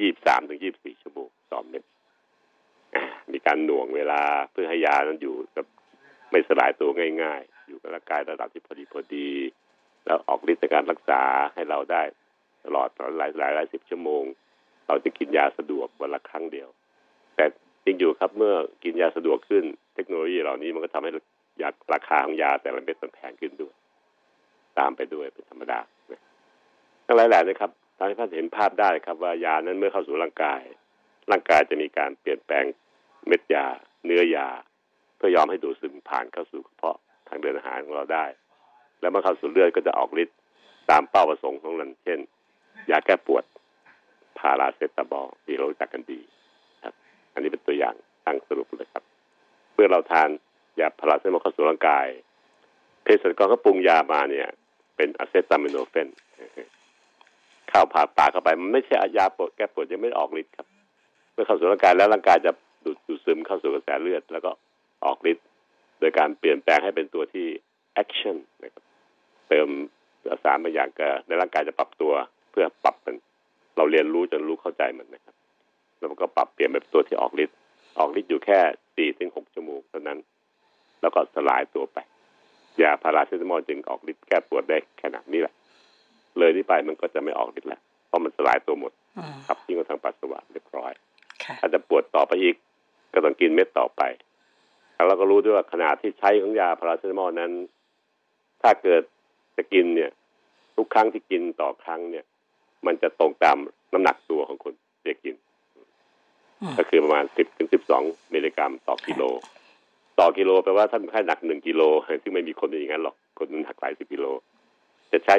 23-24 ชั่วโมงต่อเม็ดมีการหน่วงเวลาเพื่อให้ยานั้นอยู่กับไม่สลายตัวง่ายๆอยู่กับร่างกายระดับที่พอดีแล้วออกฤทธิ์ในการรักษาให้เราได้ตลอดหลาย10 ชั่วโมงเราจะกินยาสะดวกวันละครั้งเดียวแต่จริงอยู่ครับเมื่อกินยาสะดวกขึ้นเทคโนโลยีเหล่านี้มันก็ทำให้ราคาของยาแต่ละเม็ดมันแพงขึ้นด้วยตามไปด้วยเป็นธรรมดาทั้งหลายนะครับทำให้ท่านเห็นภาพได้ครับว่ายานั้นเมื่อเข้าสู่ร่างกายจะมีการเปลี่ยนแปลงเม็ดยาเนื้อยาเพื่อยอมให้ดูดซึมผ่านเข้าสู่กระเพาะทางเดินอาหารของเราได้แล้วเมื่อเข้าสู่เลือดก็จะออกฤทธิ์ตามเป้าประสงค์ของมันเช่นยาแก้ปวดพาราเซตามอลที่เรารู้จักกันดีครับอันนี้เป็นตัวอย่างตั้งสรุปเลยครับเมื่อเราทานยาพาราเซตามอลเข้าสู่ร่างกายเภสัชกรก็ปรุงยามาเนี่ยเป็นอะเซตามิโนเฟนเข้าผ่าปากเข้าไปมันไม่ใช่ยาปวดแก้ปวดยังไม่ออกฤทธิ์ครับเมื่อเข้าสู่ร่างกายแล้วร่างกายจะดูดซึมเข้าสู่กระแสเลือดแล้วก็ออกฤทธิ์โดยการเปลี่ยนแปลงให้เป็นตัวที่แอคชั่นนะครับเติมสารบางอย่างในร่างกายจะปรับตัวเพื่อปรับมันเราเรียนรู้จนรู้เข้าใจมันนะครับแล้วมันก็ปรับเปลี่ยนเป็นตัวที่ออกฤทธิ์อยู่แค่ 4-6 ชั่วโมงเท่านั้นแล้วก็สลายตัวไปยาพาราเซตามอลจึงออกฤทธิ์แก้ปวดได้ขนาดนี้แหละเลยนี้ไปมันก็จะไม่ออกฤทธิ์แล้วเพราะมันสลายตัวหมดขับทิ้งไปทางปัสสาวะเรียบร้อยถ้าจะปวดต่อไปอีกก็ต้องกินเม็ดต่อไปแล้วเราก็รู้ด้วยว่าขนาดที่ใช้ของยาพาราเซตามอลนั้นถ้าเกิดจะกินเนี่ยทุกครั้งที่กินต่อครั้งเนี่ยมันจะตรงตามน้ำหนักตัวของคนที่กินก็คือประมาณ 10-12 มิลลิกรัมต่อกิโลแปลว่าท่านแค่หนัก1 กิโลซึ่งไม่มีคนเป็นอย่างนั้นหรอกคนหนักหลาย10 กิโลจะใช้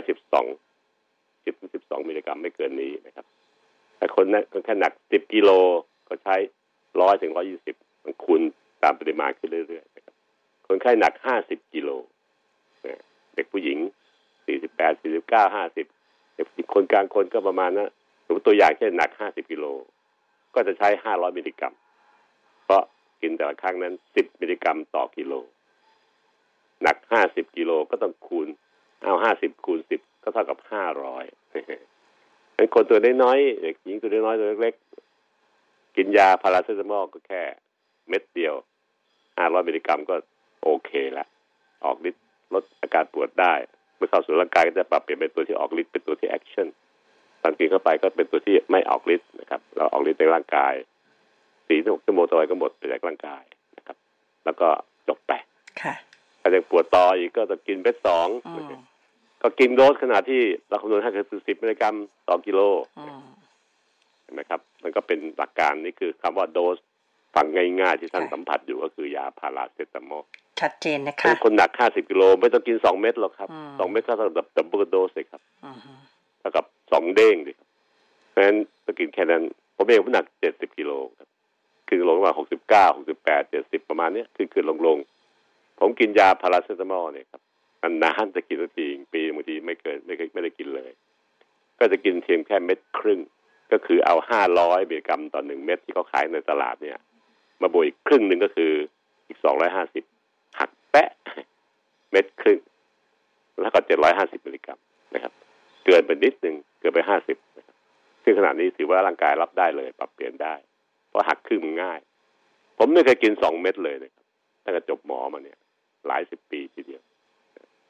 10-12 มิลลิกรัมไม่เกินนี้นะครับแต่คนแค่หนัก10 กิโลก็ใช้ 100-120 มันคูณตามปริมาณขึ้นเรื่อยๆนะครับคนไข้หนัก50 กิโลเด็กผู้หญิง48 49 50เด็กคนกลางคนก็ประมาณนะสมมติตัวอย่างเช่นหนัก50 กิโลก็จะใช้500 มิลลิกรัมเพราะกินแต่ละครั้งนั้น10 มิลลิกรัมต่อกิโลหนัก50 กิโลก็ต้องคูณเอา50 คูณ 10ก็เท่ากับ500งั้นคนตัวน้อยๆเด็กหญิงตัวน้อยๆตัวเล็กๆกินยาพาราเซตามอลก็แค่เม็ดเดียว500 มิลลิกรัมก็โอเคละออกฤทธิ์ลดอาการปวดได้เมื่อเข้าสู่ร่างกายก็จะปรับเปลี่ยนเป็นตัวที่ออกฤทธิ์เป็นตัวที่แอคชั่นตอนกินเข้าไปก็เป็นตัวที่ไม่ออกฤทธิ์นะครับเราออกฤทธิ์ในร่างกาย 4-6 ชั่วโมงต่อไปก็หมดไปจากร่างกายนะครับแล้วก็จบไปถ้ายังปวดต่ออีกก็ต้องกินเม็ด2ก็กินโดสขนาดที่เราคำนวณให้คือ10 มิลลิกรัมต่อกิโลเห็นไหมครับมันก็เป็นหลักการนี่คือคำว่าโดสฟังง่ายๆที่ท่านสัมผัสอยู่ก็คือยาพาราเซตามอล
ชัดเจนนะคะ
คนหนัก50 กิโลไม่ต้องกิน2 เม็ดหรอกครับ2 เม็ดก็เท่ากับดับเบิลโดสเลยครับเท่ากับ2 เด้งดิครับเพราะฉะนั้นต้องกินแค่นั้นผมเองผมหนัก70 กิโลครับขึ้นลงประมาณ69 68 70ประมาณนี้ขึ้นลงผมกินยาพาราเซตามอลเนี่ยครับนานๆจะกินทีปีบางทีไม่ได้กินเลยก็จะกินเพียงแค่เม็ดครึ่งก็คือเอา500 มิลลิกรัมต่อ1 เม็ดที่เขาขายในตลาดเนี่ยมาบวกอีกครึ่งนึงก็คืออีก250หักแปะเม็ดครึ่งแล้วก็750 มิลลิกรัมนะครับเกินไปนิดนึงเกินไป50นะครับซึ่งขนาดนี้ถือว่าร่างกายรับได้เลยปรับเปลี่ยนได้เพราะหักครึ่งมันง่ายผมไม่เคยกิน2 เม็ดเลยนะครับตั้งแต่จบหมอมาเนี่ยหลาย10 ปีทีเดียวแต่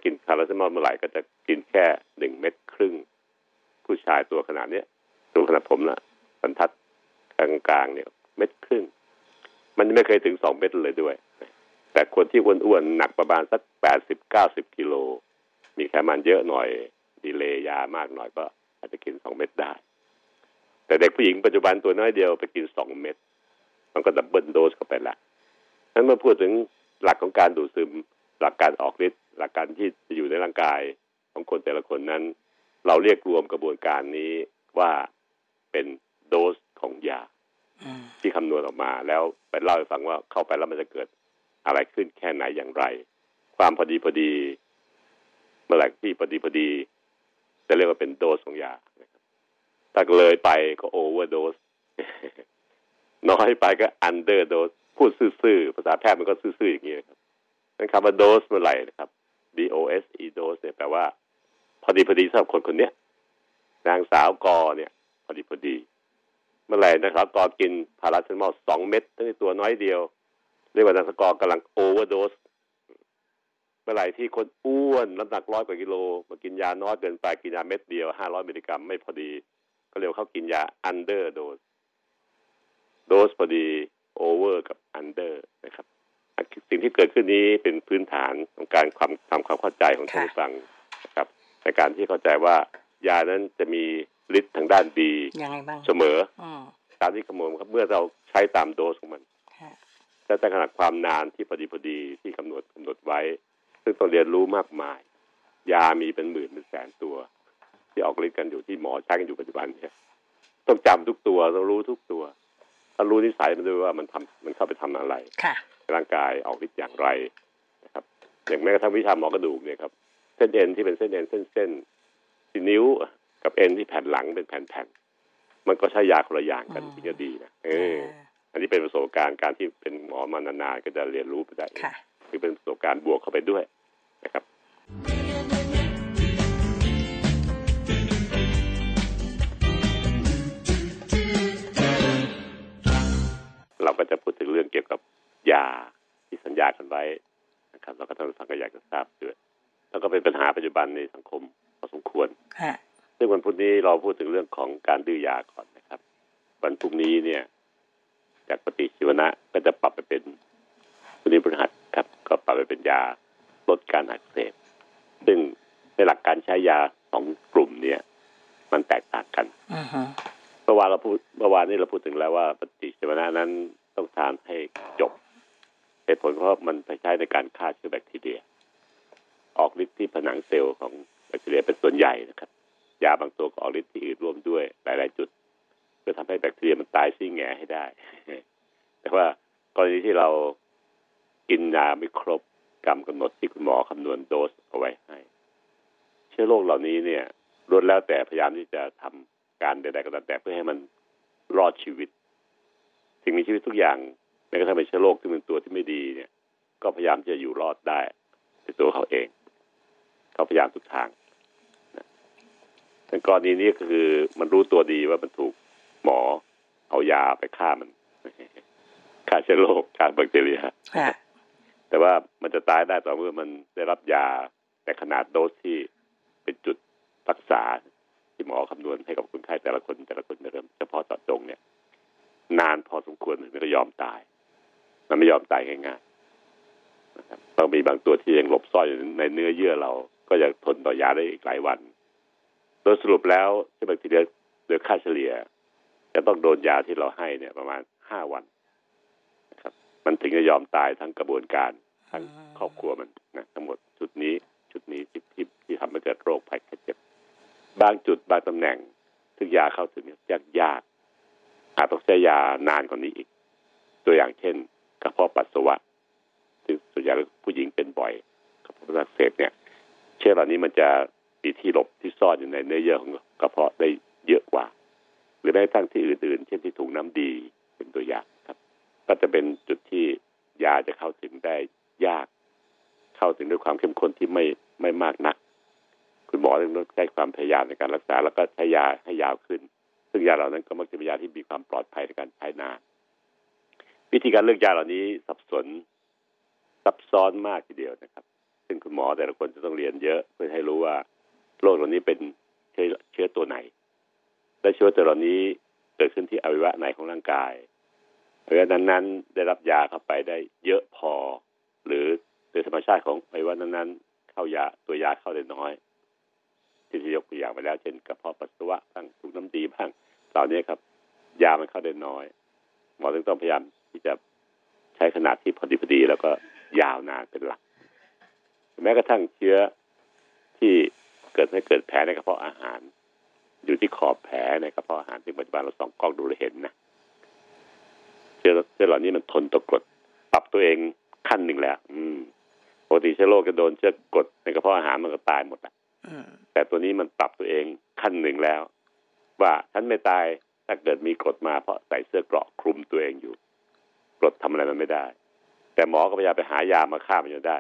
กินพาราเซตามอลเมื่อไหร่ก็จะกินแค่1 เม็ดครึ่งผู้ชายตัวขนาดนี้ตัวขนาดผมนะบรรทัดกลางๆเนี่ย1 เม็ดครึ่งมันไม่เคยถึง2 เม็ดเลยด้วยแต่คนที่อ้วนๆหนักประมาณสัก80-90 กิโลมีไขมันเยอะหน่อยดีเลย์ยามากหน่อยก็อาจจะกิน2 เม็ดได้แต่เด็กผู้หญิงปัจจุบันตัวน้อยเดียวไปกิน2 เม็ดมันก็ดับเบิลโดสเข้าไปละนั้นเมื่อพูดถึงหลักของการดูดซึมหลักการออกฤทธิ์หลักการที่จะอยู่ในร่างกายของคนแต่ละคนนั้นเราเรียกรวมกระบวนการนี้ว่าเป็นโดสของยาที่คำนวณออกมาแล้วไปเล่าให้ฟังว่าเข้าไปแล้วมันจะเกิดอะไรขึ้นแค่ไหนอย่างไรความพอดีเมื่อไหร่ที่พอดีจะเรียกว่าเป็นโดสของยาถ้าเลยไปก็โอเวอร์โดสน้อยไปก็อันเดอร์โดสพูดซื่อๆภาษาแพทย์มันก็ซื่อๆอย่างนี้นะครับนั่นคำว่าโดสเมื่อไหร่นะครับ DOSE โดสเนี่ยแปลว่าพอดีสำหรับคนคนนี้นางสาวกอเนี่ยพอดีเมื่อไหร่นะครับกอกินพาราเซตามอล2 เม็ดทั้งตัวน้อยเดียวเรียกว่านางสาวกอกำลังโอเวอร์โดสเมื่อไหร่ที่คนอ้วนน้ำหนัก100 กว่ากิโลมากินยาน้อยเกินไปกินยาเม็ดเดียว500 มิลลิกรัมไม่พอดีก็เรียกเขากินยาอันเดอร์โดสโดสพอดีโอเวอร์กับอันเดอร์นะครับสิ่งที่เกิดขึ้นนี้เป็นพื้นฐานของการทำความเข้าใจของท่านผู้ฟังนะครับในการที่เข้าใจว่ายานั้นจะมีฤทธิ์ทางด้านดีเสมอตามที่กำหนดครับเมื่อเราใช้ตามโดสของมันแต่ขนาดความนานที่พอดีที่กำหนดไว้ซึ่งต้องเรียนรู้มากมายยามีเป็นหมื่นเป็นแสนตัวที่ออกฤทธิ์กันอยู่ที่หมอใช้กันอยู่ปัจจุบันเนี่ยต้องจำทุกตัวต้องรู้ทุกตัวต้องรู้นิสัยมันด้วยว่ามันเข้าไปทำอะไรร่างกายออกฤทธิ์อย่างไรนะครับอย่างแม้กระทั่งวิชาหมอกระดูกเนี่ยครับเส้นเอ็นที่เป็นเส้นเอ็นเส้นที่นิ้วกับเอ็นที่แผ่นหลังเป็นแผ่นมันก็ใช้ยาคนละอย่างกันถึงจะดีนะอันนี้เป็นประสบการณ์การที่เป็นหมอมานานๆก็จะเรียนรู้ไปได้คือเป็นประสบการณ์บวกเข้าไปด้วยนะครับเราก็จะพูดถึงเรื่องเกี่ยวกับยาที่สัญญากันไว้นะครับเราก็ท่านผู้ฟังก็อยากจะทราบด้วยแล้วก็เป็นปัญหาปัจจุบันในสังคมพอสมควรซึ่งวันพุธนี้เราพูดถึงเรื่องของการดื้อยาก่อนนะครับวันพรุ่งนี้เนี่ยจากปฏิชีวนะก็จะปรับไปเป็นตัวนี้พฤหัสครับก็ปรับไปเป็นยาลดการอักเสบซึ่งในหลักการใช้ยา2 กลุ่มเนี่ยมันแตกต่างกันเมื่อวานนี้เราพูดถึงแล้วว่าปฏิชีวนะนั้นต้องทานให้จบเหตุผลเพราะมันไปใช้ในการฆ่าเชื้อแบคทีเรียออกฤทธิ์ที่ผนังเซลล์ของแบคทีเรียเป็นส่วนใหญ่นะครับยาบางตัวก็ออกฤทธิ์ที่อื่นร่วมด้วยหลายๆจุดเพื่อทำให้แบคทีเรียมันตายซี่แง่ให้ได้ แต่ว่ากรณีที่เรากินยาไม่ครบกำหนดที่คุณหมอคำนวณโดสเอาไว้ให้เชื้อโรคเหล่านี้เนี่ยล้วนแล้วแต่พยายามที่จะทำการใดๆก็ตามแต่เพื่อให้มันรอดชีวิตสิ่งมีชีวิตทุกอย่างแม้กระทั่งเป็นเชื้อโรคที่เป็นตัวที่ไม่ดีเนี่ยก็พยายามจะอยู่รอดได้ในตัวเขาเองเขาพยายามทุกทางแต่กรณีนี้ก็คือมันรู้ตัวดีว่ามันถูกหมอเอายาไปฆ่ามันฆ่าเชื้อโรคฆ่าแบคทีเรียแต่ว่ามันจะตายได้ต่อเมื่อมันได้รับยาแต่ขนาดโดสที่เป็นจุดรักษาที่หมอคำนวณให้กับคนไข้แต่ละคนไม่เริ่มเฉพาะเจาะจงเนี่ยนานพอสมควรมันก็ยอมตายมันไม่ยอมตายง่ายๆนะครับต้องมีบางตัวที่ยังหลบซ่อนอยู่ในเนื้อเยื่อเราก็ยังทนต่อยาได้อีกหลายวันโดยสรุปแล้วเชื้อแบคทีเรียโดยค่าเฉลี่ยจะต้องโดนยาที่เราให้เนี่ยประมาณ5 วันนะครับมันถึงจะยอมตายทั้งกระบวนการทั้งครอบครัวมันนะทั้งหมดชุดนี้ที่ทำให้เกิดโรคภัยไข้เจ็บบางจุดบางตำแหน่งซึ่งยาเข้าถึงยากอาจต้องใช้ยานานกว่านี้อีกตัวอย่างเช่นกระเพาะปัสสาวะซึ่งส่วนใหญ่ผู้หญิงเป็นบ่อยกระเพาะอักเสบเนี่ยเชื้อเหล่านี้มันจะมีที่หลบที่ซ่อนอยู่ในเนื้อเยื่อของกระเพาะได้เยอะกว่าหรือได้ทั้งที่อื่นๆเช่นที่ถุงน้ำดีเป็นตัวอย่างครับก็จะเป็นจุดที่ยาจะเข้าถึงได้ยากเข้าถึงด้วยความเข้มข้นที่ไม่มากนักคุณหมอต้องใช้ความพยายามในการรักษาแล้วก็ใช้ยาให้ยาวขึ้นซึ่งยาเหล่านั้นก็มักจะเป็นยาที่มีความปลอดภัยในการใช้นานวิธีการเลือกยาเหล่านี้ซับซ้อนมากทีเดียวนะครับซึ่งคุณหมอแต่ละคนจะต้องเรียนเยอะเพื่อให้รู้ว่าโรคเหล่านี้เป็นเชื้อตัวไหนและเชื้อตัวเหล่านี้เกิดขึ้นที่อวัยวะไหนของร่างกายอวัยวะนั้นๆได้รับยาเข้าไปได้เยอะพอหรือโดยธรรมชาติของอวัยวะนั้นๆเข้ายาตัวยาเข้าได้น้อยที่ยกตัวอย่างไปแล้วเช่นกระเพาะปัสสาวะบ้างถุงน้ำดีบ้างเหล่านี้ครับยามันเข้าได้น้อยหมอต้องพยายามที่จะใช้ขนาดที่พอดีแล้วก็ยาวนานเป็นหลักแม้กระทั่งเชื้อที่เกิดแผลในกระเพาะอาหารอยู่ที่ขอบแผลในกระเพาะอาหารที่ปัจจุบันเราส่องกล้องดูได้เห็นนะเชื้อเหล่านี้มันทนต่อกรดปรับตัวเองขั้นหนึ่งแล้วปกติเชื้อโรคจะโดนเชื้อกรดในกระเพาะอาหารมันก็ตายหมดอ่ะแต่ตัวนี้มันปรับตัวเองขั้นหนึ่งแล้วว่าฉันไม่ตายถ้าเกิดมีกรดมาเพราะใส่เสื้อเกราะคลุมตัวเองอยู่กรดทำอะไรมันไม่ได้แต่หมอก็พยายามไปหายามาฆ่ามันจนได้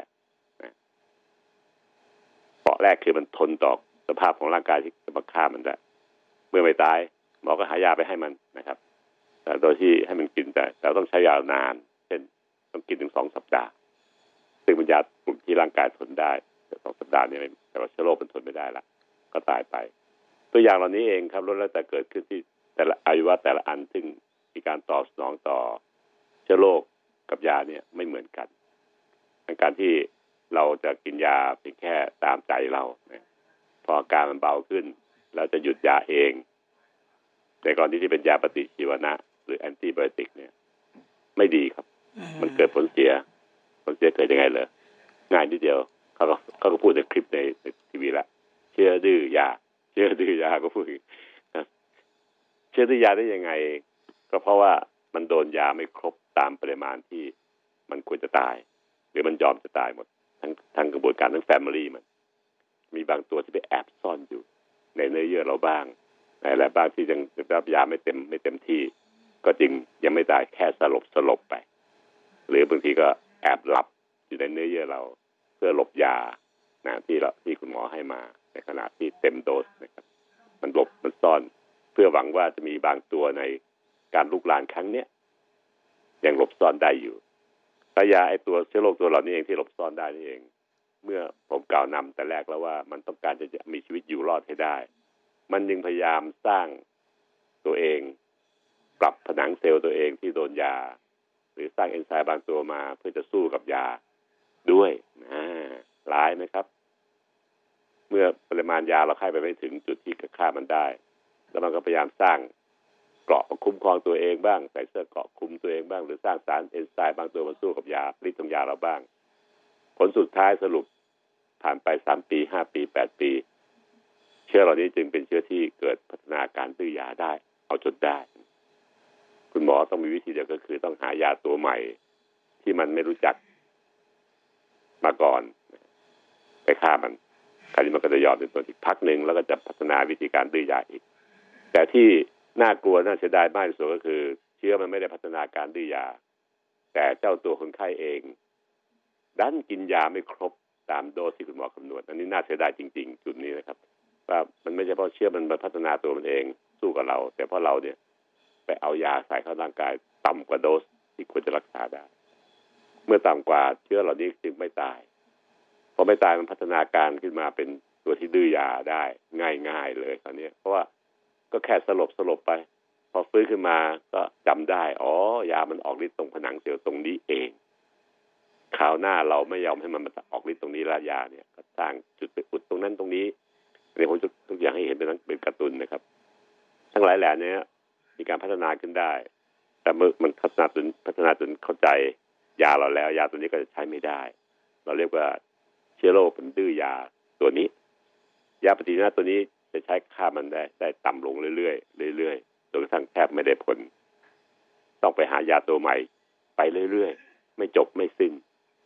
เปราะแรกคือมันทนต่อสภาพของร่างกายที่จะมาฆ่ามันได้เมื่อไม่ตายหมอก็หายาไปให้มันนะครับแต่โดยที่ให้มันกินแต่เราต้องใช้ยานานเช่นต้องกินถึง2 สัปดาห์ซึ่งเป็นยากลุ่มที่ร่างกายทนได้แต่2 สัปดาห์นี้แต่ว่าเชื้อโรคมันทนไม่ได้ละก็ตายไปตัวอย่างเหล่านี้เองครับล้วนแล้วแต่เกิดขึ้นที่แต่ละอวัยวะแต่ละอันซึ่งมีการตอบสนองต่อเชื้อโรคกับยาเนี่ยไม่เหมือนกันการที่เราจะกินยาเพียงแค่ตามใจเราพออาการมันเบาขึ้นเราจะหยุดยาเองแต่ก่อนที่เป็นยาปฏิชีวนะหรือแอนติไบโอติกเนี่ยไม่ดีครับมันเกิดผลเสียเกิดยังไงเลยง่ายนิดเดียวเขาก็พูดในคลิปในทีวีละเชื่อดื้อยาก็พูดเชื่อดื้อยาได้ยังไงก็เพราะว่ามันโดนยาไม่ครบตามปริมาณที่มันควรจะตายหรือมันยอมจะตายหมดทั้งกระบวนการทั้งแฟมิลี่มันมีบางตัวที่ไปแอบซ่อนอยู่ในเนื้อเยื่อเราบ้างในอะไรบ้างที่ยังรับยาไม่เต็มที่ก็จริงยังไม่ตายแค่สลบไปหรือบางทีก็แอบหลับอยู่ในเนื้อเยื่อเราเพื่อหลบยาที่คุณหมอให้มาในขณะที่เต็มโดสนะครับมันหลบมันซ่อนเพื่อหวังว่าจะมีบางตัวในการลุกลามครั้งเนี้ยยังหลบซ่อนได้อยู่แต่ยาไอตัวเชื้อโรคตัวเหล่านี้เองที่หลบซ่อนได้นี่เองเมื่อผมกล่าวนำแต่แรกแล้วว่ามันต้องการจะมีชีวิตอยู่รอดให้ได้มันจึงพยายามสร้างตัวเองปรับผนังเซลล์ตัวเองที่โดนยาหรือสร้างเอนไซม์บางตัวมาเพื่อจะสู้กับยาด้วยร้ายไหมครับเมื่อปริมาณยาเราให้ไปไม่ถึงจุดที่จะฆ่ามันได้แล้วมันก็พยายามสร้างเกราะคุ้มครองตัวเองบ้างใส่เสื้อเกราะคุมตัวเองบ้างหรือสร้างสารเอนไซม์บางตัวมาสู้กับยาฤทธิ์ของยาเราบ้างผลสุดท้ายสรุปผ่านไป3 ปี5 ปี8 ปีเชื้อเหล่านี้จึงเป็นเชื้อที่เกิดพัฒนาการดื้อยาได้เอาจนได้คุณหมอต้องมีวิธีเดียวก็คือต้องหายาตัวใหม่ที่มันไม่รู้จักมาก่อนไปฆ่ามันคราวนี้มันก็จะยอมเป็นตัวอีกพักหนึ่งแล้วก็จะพัฒนาวิธีการดื้อยาอีกแต่ที่น่ากลัวน่าเสียดายมากที่สุดก็คือเชื้อมันไม่ได้พัฒนาการดื้อยาแต่เจ้าตัวคนไข้เองดันกินยาไม่ครบตามโดสที่คุณหมอคำนวณอันนี้น่าเสียดายจริงๆจุดนี้นะครับว่ามันไม่ใช่เพราะเชื้อมันพัฒนาตัวมันเองสู้กับเราแต่เพราะเราเนี่ยไปเอายาใส่เข้าร่างกายต่ำกว่าโดสที่ควรจะรักษาได้เมื่อต่ำกว่าเชื้อเหล่านี้จึงไม่ตายพอไม่ตายมันพัฒนาการขึ้นมาเป็นตัวที่ดื้อยาได้ง่ายๆเลยคราวนี้เพราะว่าก็แค่สลบไปพอฟื้นขึ้นมาก็จำได้ยามันออกฤทธิ์ตรงผนังเซลล์ตรงนี้เองคราวหน้าเราไม่ยอมให้มันมาออกฤทธิ์ตรงนี้ละยาเนี่ยก็สร้างจุดไปอุดตรงนั้นตรงนี้อันนี้ผมทุกอย่างให้เห็นเป็นการ์ตูนนะครับทั้งหลายแหล่นี้มีการพัฒนาขึ้นได้แต่เมื่อมันพัฒนาจนเข้าใจยาเราแล้วยาตัวนี้ก็จะใช้ไม่ได้เราเรียกว่าเชื้อโรคเป็นดื้อยาตัวนี้ยาปฏิชีวนะตัวนี้จะใช้ฆ่ามันได้ต่ำลงเรื่อยๆจนกระทั่งแทบไม่ได้ผลต้องไปหายาตัวใหม่ไปเรื่อยๆไม่จบไม่สิ้น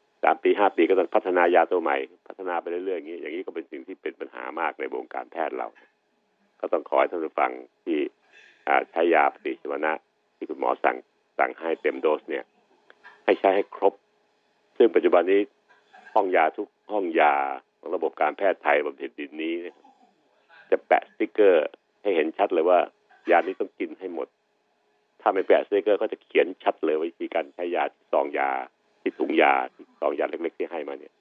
3 ปี5 ปีก็ต้องพัฒนายาตัวใหม่พัฒนาไปเรื่อยๆอย่างนี้ก็เป็นสิ่งที่เป็นปัญหามากในวงการแพทย์เราก็ต้องขอให้ท่านผู้ฟังที่ใช้ยาปฏิชีวนะที่คุณหมอสั่งให้เต็มโดสเนี่ยให้ใช้ให้ครบซึ่งปัจจุบันนี้ห้องยาทุกห้องยาของระบบการแพทย์ไทยบนแผ่นดินนี้จะแปะสติ๊กเกอร์ให้เห็นชัดเลยว่ายานี้ต้องกินให้หมดถ้าไม่แปะสติ๊กเกอร์ก็จะเขียนชัดเลยวิธีการใช้ยาที่ซองยาที่ถุงยาที่ซองยาเล็กๆที่ให้มาเนี่ย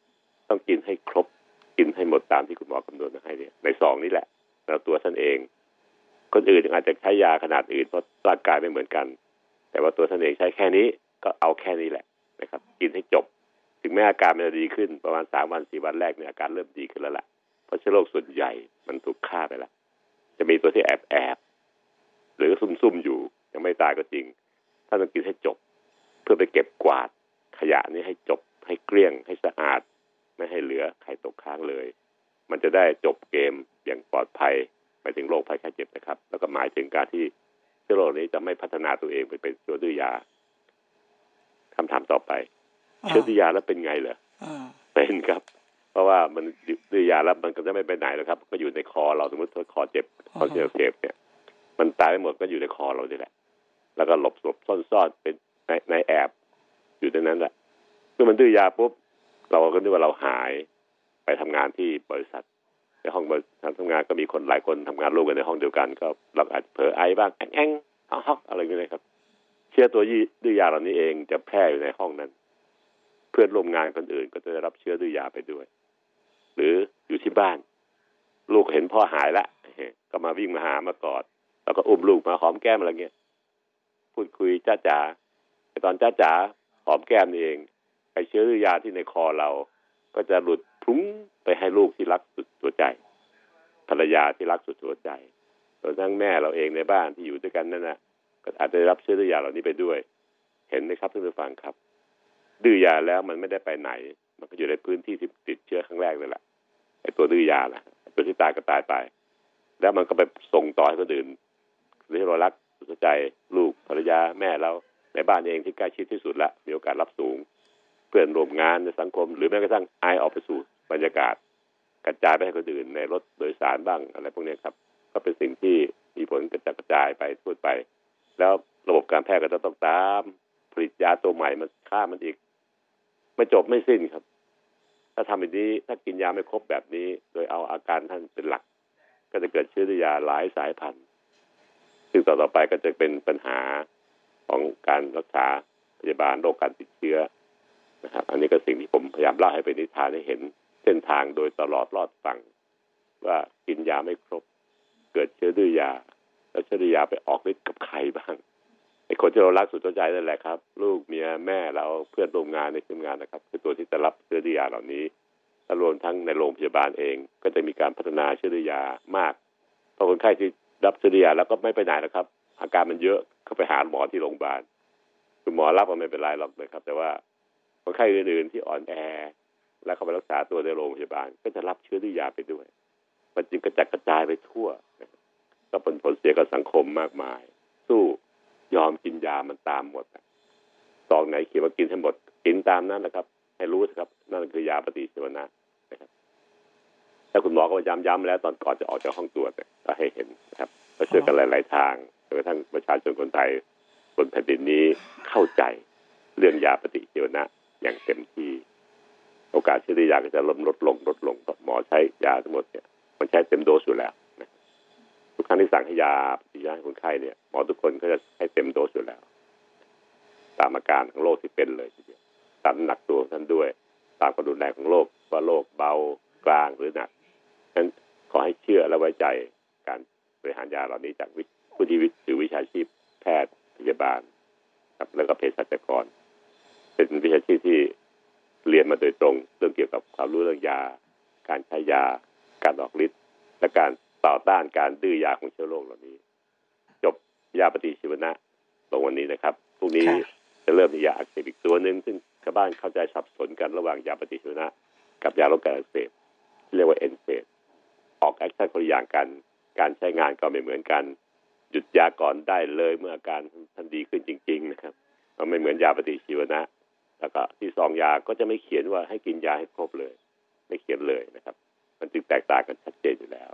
ต้องกินให้ครบกินให้หมดตามที่คุณหมอกำหนดมาให้เนี่ยในซองนี้แหละแล้วตัวท่านเองคนอื่นอาจจะใช้ยาขนาดอื่นเพราะร่างกายไม่เหมือนกันแต่ว่าตัวท่านเองใช้แค่นี้ก็เอาแค่นี้แหละนะครับกินให้จบถึงแม้อาการมันจะดีขึ้นประมาณ3 วัน 4 วันแรกเนี่ยอาการเริ่มดีขึ้นแล้วล่ะเพราะเชื้อโรคส่วนใหญ่มันถูกฆ่าไปแล้วจะมีตัวที่แอบหรือซุ่มอยู่ยังไม่ตายก็จริงท่านต้องกินให้จบเพื่อไปเก็บกวาดขยะนี้ให้จบให้เกลี้ยงให้สะอาดไม่ให้เหลือใครตกค้างเลยมันจะได้จบเกมอย่างปลอดภัยหมายถึงโรคภัยไข้เจ็บนะครับแล้วก็หมายถึงการที่เชื้อโรคนี้จะไม่พัฒนาตัวเองไปเป็นเชื้อดื้อยาคำถามต่อไปเชื้อดื้อยาแล้วเป็นไงเหรอเป็นครับเพราะว่ามันดื้อยาแล้วมันก็จะไม่ไปไหนแล้วครับก็อยู่ในคอเราสมมติคอเจ็บคอเจ็บเนี่ยมันตายไปหมดก็อยู่ในคอเรานี่แหละแล้วก็หลบซ่อนเป็นในแอบอยู่ในนั้นแหละเมื่อมันดื้อยาปุ๊บเราก็นึกว่าเราหายไปทำงานที่บริษัทในห้องบริษัททำงานก็มีคนหลายคนทำงานร่วมกันในห้องเดียวกันก็เราอาจจะเผลอไอบ้างแองฮอกอะไรอย่างเงี้ยครับเชื้อตัวดื้อยาเหล่านี้เองจะแพร่อยู่ในห้องนั้นเพื่อนร่วมงานคนอื่นก็จะได้รับเชื้อดื้อยาไปด้วยหรืออยู่ที่บ้านลูกเห็นพ่อหายละก็มาวิ่งมาหามากอดแล้วก็อุ้มลูกมาหอมแก้มอะไรเงี้ยพูดคุยจ้าจ๋าตอนจ้าจ๋าหอมแก้มนี่เองไอเชื้อดื้อยาที่ในคอเราก็จะหลุดพุ่งไปให้ลูกที่รักสุดหัวใจภรรยาที่รักสุดหัวใจตัวทั้งแม่เราเองในบ้านที่อยู่ด้วยกันนั่นนะก็อาจจะได้รับเชื้อดื้อยาเหล่านี้ไปด้วยเห็นไหมครับท่านผู้ฟังครับดื้อยาแล้วมันไม่ได้ไปไหนมันก็อยู่ในพื้นที่ที่ติดเชื้อครั้งแรกนั่นแหละไอ้ตัวดื้อยาล่ะตัวที่ตายก็ตายไปแล้วมันก็ไปส่งต่อให้คนอื่นที่เรารักสุดหัวใจลูกภรรยาแม่เราในบ้านเองที่ใกล้ชิดที่สุดละมีโอกาสรับสูงเพื่อนร่วมงานในสังคมหรือแม้กระทั่งไอออกไปสู่บรรยากาศกระจายไปให้คนอื่นในรถโดยสารบ้างอะไรพวกนี้ครับก็เป็นสิ่งที่มีผลกระจายไปทั่วไปแล้วระบบการแพทย์ก็จะต้องตามผลิตยาตัวใหม่มาฆ่ามันอีกไม่จบไม่สิ้นครับถ้าทำแบบนี้ถ้ากินยาไม่ครบแบบนี้โดยเอาอาการท่านเป็นหลักก็จะเกิดเชื้อดื้อยาหลายสายพันธุ์ซึ่งต่อไปก็จะเป็นปัญหาของการรักษาพยาบาลโรคการติดเชื้อนะครับอันนี้ก็สิ่งที่ผมพยายามเล่าให้เป็นนิทานให้เห็นเส้นทางโดยตลอดรอดฝั่งว่ากินยาไม่ครบเกิดเชื้อดื้อยาแล้วเชื้อดื้อยาไปออกฤทธิ์กับใครบ้างไอ้คนที่เรารักสุดใจนั่นแหละครับลูกเมียแม่เราเพื่อนร่วมงานในทีมงานนะครับคือตัวที่จะรับเชื้อดื้อยาเหล่านี้และรวมทั้งในโรงพยาบาลเองก็จะมีการพัฒนาเชื้อดื้อยามากเพราะคนไข้ที่รับเชื้อดื้อยาแล้วก็ไม่ไปไหนนะครับอาการมันเยอะก็ไปหาหมอที่โรงพยาบาลคุณหมอรับก็ไม่เป็นไรหรอกนะครับแต่ว่าคนไข้อื่นๆที่อ่อนแอและเข้าไปรักษาตัวในโรงพยาบาลก็จะรับเชื้อดื้อยาไปด้วยมันจึงกระจายไปทั่วก็เป็นผลเสียกับสังคมมากมายสู้ยอมกินยามันตามหมดซองไหนเขียนว่ากินให้หมดกินตามนั้นนะครับให้รู้ครับนั่นคือยาปฏิชีวนะนะครับถ้าคุณหมอก็ย้ำแล้วตอนก่อนจะออกจากห้องตรวจก็ให้เห็นนะครับเราช่วยกันหลายๆทางจนกระทั่งประชาชนคนไทยบนแผ่นดินนี้เข้าใจเรื่องยาปฏิชีวนะอย่างเต็มที่โอกาสเชื้อดื้อยาก็จะลดลงเพราะหมอใช้ยาทั้งหมดเนี่ยมันใช้เต็มโดสอยู่แล้วนะทุกครั้งที่สั่งให้ยาปฏิชีวนะให้คนไข้เนี่ยหมอทุกคนก็จะให้เต็มโดสอยู่แล้วตามอาการของโรคที่เป็นเลยทีเดียวตามน้ำหนักตัวท่านด้วยตามความรุนแรงของโรคว่าโรคเบากลางหรือหนักฉะนั้นขอให้เชื่อและไว้ใจการบริหารยาเหล่านี้จากผู้ที่ถือวิชาชีพแพทย์พยาบาลครับแล้วก็เภสัชกรเป็นวิชาชีพที่เรียนมาโดยตรงเรื่องเกี่ยวกับความรู้เรื่องยาการใช้ยาการออกฤทธิ์และการต่อต้านการดื้อยาของเชื้อโรคเหล่านี้จบยาปฏิชีวนะตรงวันนี้นะครับพรุ่งนี้จะเริ่มที่ยาอักเสบอีกตัวนึงซึ่งชาวบ้านเข้าใจสับสนกันระหว่างยาปฏิชีวนะกับยาลดการอักเสบที่เรียกว่าเอนเซดออกแอคชั่นคนละอย่างกันการใช้งานก็ไม่เหมือนกันหยุดยาก่อนได้เลยเมื่ออาการท่านดีขึ้นจริงๆนะครับมันไม่เหมือนยาปฏิชีวนะแล้วก็ที่ซองยาก็จะไม่เขียนว่าให้กินยาให้ครบเลยไม่เขียนเลยนะครับมันจึงแตกต่างกันชัดเจนอยู่แล้ว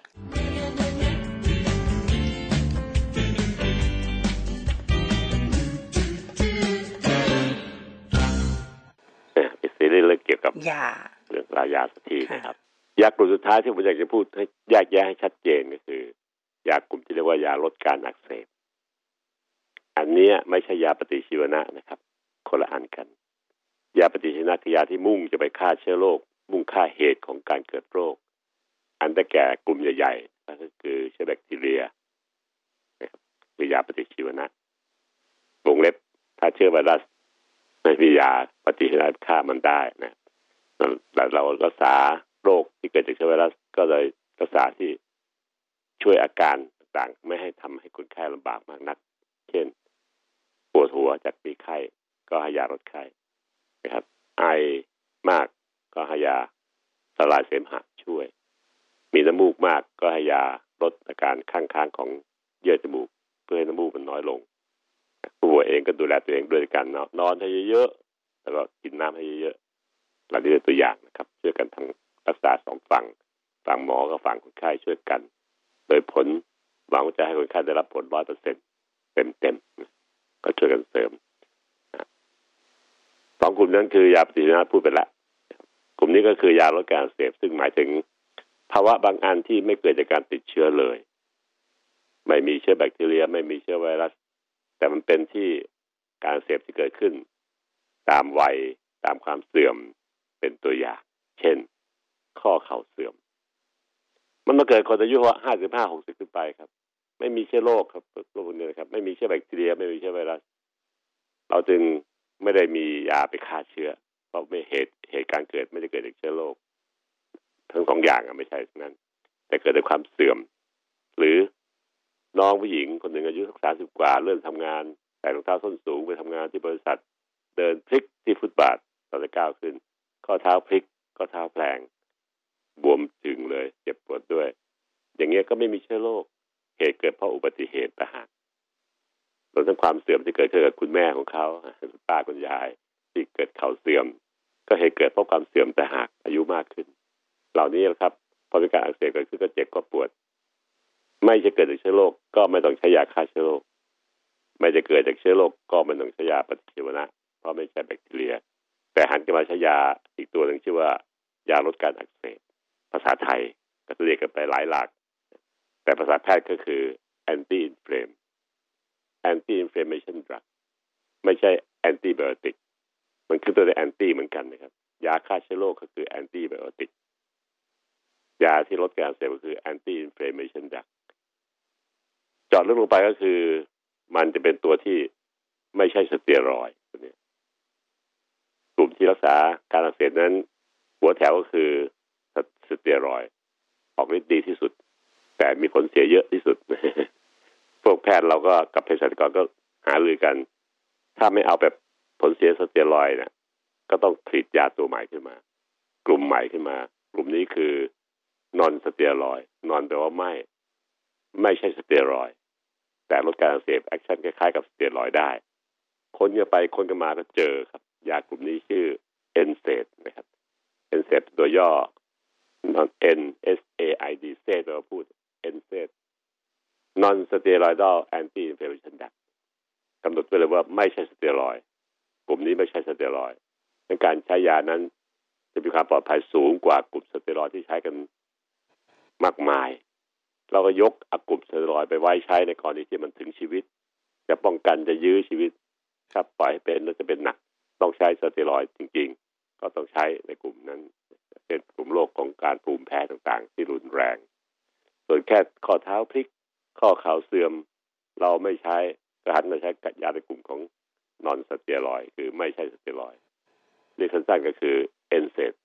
เป็นซีรีส์เรื่องเกี่ยวกับยาเรื่องรายาสักทีนะครับยากลุ่มสุดท้ายที่ผมอยากจะพูดให้แยกแยะให้ชัดเจนก็คือยากลุ่มที่เรียกว่ายาลดการอักเสบอันนี้ไม่ใช่ยาปฏิชีวนะนะครับคนละอันกันยาปฏิชีวนะคือยาที่มุ่งจะไปฆ่าเชื้อโรคมุ่งฆ่าเหตุของการเกิดโรคอันได้แก่กลุ่มใหญ่ๆก็คือเชื้อแบคทีเรียนะครับหรือยาปฏิชีวนะวงเล็บถ้าเชื้อไวรัสไม่มียาปฏิชีวนะฆ่ามันได้นะแต่เรารักษาโรคที่เกิดจากเชื้อไวรัสก็เลยรักษาที่ช่วยอาการต่างๆไม่ให้ทำให้คนไข้ลำบากมากนักเช่นปวดหัวจากมีไข้ก็ให้ยาลดไข้นะครับไอมากก็ให้ยาละลายเสมหะช่วยมีน้ำมูกมากก็ให้ยาลดอาการข้างๆของเยื่อจมูกเพื่อให้น้ำมูกมันน้อยลงผู้ป่วยเองก็ดูแลตัวเองด้วยการนอนให้เยอะๆแล้วก็กินน้ำให้เยอะๆเราเป็นตัวอย่างนะครับช่วยกันทั้งรักษาสองฝั่งหมอกับฝั่งคนไข้ช่วยกันโดยผลหวังว่าจะให้คนไข้ได้รับผล 100% เต็มก็ช่วยกันเสริมสองกลุ่มนั้นคือยาปฏิชีวนะพูดไปแล้วกลุ่มนี้ก็คือยาลดการอักเสบซึ่งหมายถึงภาวะบางอันที่ไม่เกิดจากการติดเชื้อเลยไม่มีเชื้อแบคทีเรียไม่มีเชื้อไวรัสแต่มันเป็นที่การอักเสบที่เกิดขึ้นตามวัยตามความเสื่อมเป็นตัวอย่างเช่นข้อเข่าเสื่อมมันมาเกิดคนอายุ55-60ขึ้นไปครับไม่มีเชื้อโรคครับโรคพวกนี้ครับไม่มีเชื้อแบคทีเรียไม่มีเชื้อไวรัสเราจึงไม่ได้มียาไปฆ่าเชื้อเพราะไม่เหตุการเกิดไม่ได้เกิดจากเชื้อโรคทั้งสองอย่างไม่ใช่ทั้งนั้นแต่เกิดจากความเสื่อมหรือน้องผู้หญิงคนหนึ่งอายุสัก30 กว่าเริ่มทำงานใส่รองเท้าส้นสูงไปทำงานที่บริษัทเดินพลิกที่ฟุตบาทตอนจะก้าวขึ้นข้อเท้าพลิกข้อเท้าแผลงบวมจึงเลยเจ็บปวดด้วยอย่างเงี้ยก็ไม่มีเชื้อโรคเหตุเกิดเพราะอุบัติเหตุต่างหากรวมทั้งความเสื่อมที่เกิดขึ้นกับคุณแม่ของเขาคุณป้าคุณยายที่เกิดเข่าเสื่อมก็เหตุเกิดเพราะความเสื่อมแต่หากอายุมากขึ้นเหล่านี้นะครับพอมีการอักเสบเกิดขึ้นก็เจ็บก็ปวดไม่จะเกิดจากเชื้อโรคก็ไม่ต้องใช้ยาฆ่าเชื้อโรคไม่จะเกิดจากเชื้อโรคก็ไม่ต้องใช้ยาปฏิชีวนะเพราะไม่ใช่แบคทีเรียแต่หันกลับมาใช้ยาอีกตัวหนึ่งชื่อว่ายาลดการอักเสบภาษาไทยก็เรียกกันไปหลายหลักแต่ภาษาแพทย์ก็คือ anti-inflammation drug ไม่ใช่ antibiotic มันคือตัวแอนตี้เหมือนกันนะครับยาฆ่าเชื้อโรคก็คือ antibiotic ยาที่ลดการอักเสบก็คือ anti-inflammation drug เจาะลึกลงไปก็คือมันจะเป็นตัวที่ไม่ใช่สเตียรอยด์ตัวนี้กลุ่มที่รักษาการอักเสบนั้นหัวแถวก็คือสเตียรอยด์ออกฤทธิ์ดีที่สุดแต่มีผลเสียเยอะที่สุด พวกแพทย์เราก็กับเภสัชกรก็หารือกันถ้าไม่เอาแบบผลเสียสเตียรอยด์นะก็ต้องผลิตยาตัวใหม่ขึ้นมากลุ่มใหม่ขึ้นมากลุ่มนี้คือนอนสเตียรอยด์นอนแปลว่าไม่ใช่สเตียรอยด์แต่ลดการอักเสบแอคชั่นคล้ายๆกับสเตียรอยด์ได้คนกันไปคนกันมาก็เจอครับยากลุ่มนี้ชื่อ NSAID นะครับ NSAID ตัวย่อ NSAID เซแปลว่าพูด NSAID non steroidal anti inflammation drug กำหนดไว้เลยว่าไม่ใช่สเตียรอยด์กลุ่มนี้ไม่ใช่สเตียรอยด์ในการใช้ยานั้นจะมีความปลอดภัยสูงกว่ากลุ่มสเตียรอยด์ที่ใช้กันมากมายเราก็ยกกลุ่มสเตียรอยด์ไปไว้ใช้ในกรณีที่มันถึงชีวิตจะป้องกันจะยื้อชีวิตครับปล่อยให้เป็นแล้วจะเป็นหนักต้องใช้สเตียรอยด์จริงๆก็ต้องใช้ในกลุ่มนั้นเป็นกลุ่มโรคของการภูมิแพ้ต่างๆที่รุนแรงส่วนแค่ข้อเท้าพลิกข้อเข่าเสื่อมเราไม่ใช้กระหันมาใช้ยาในกลุ่มของนอนสเตียรอยด์คือไม่ใช่สเตียรอยด์เรียกสั้นๆก็คือ NSAID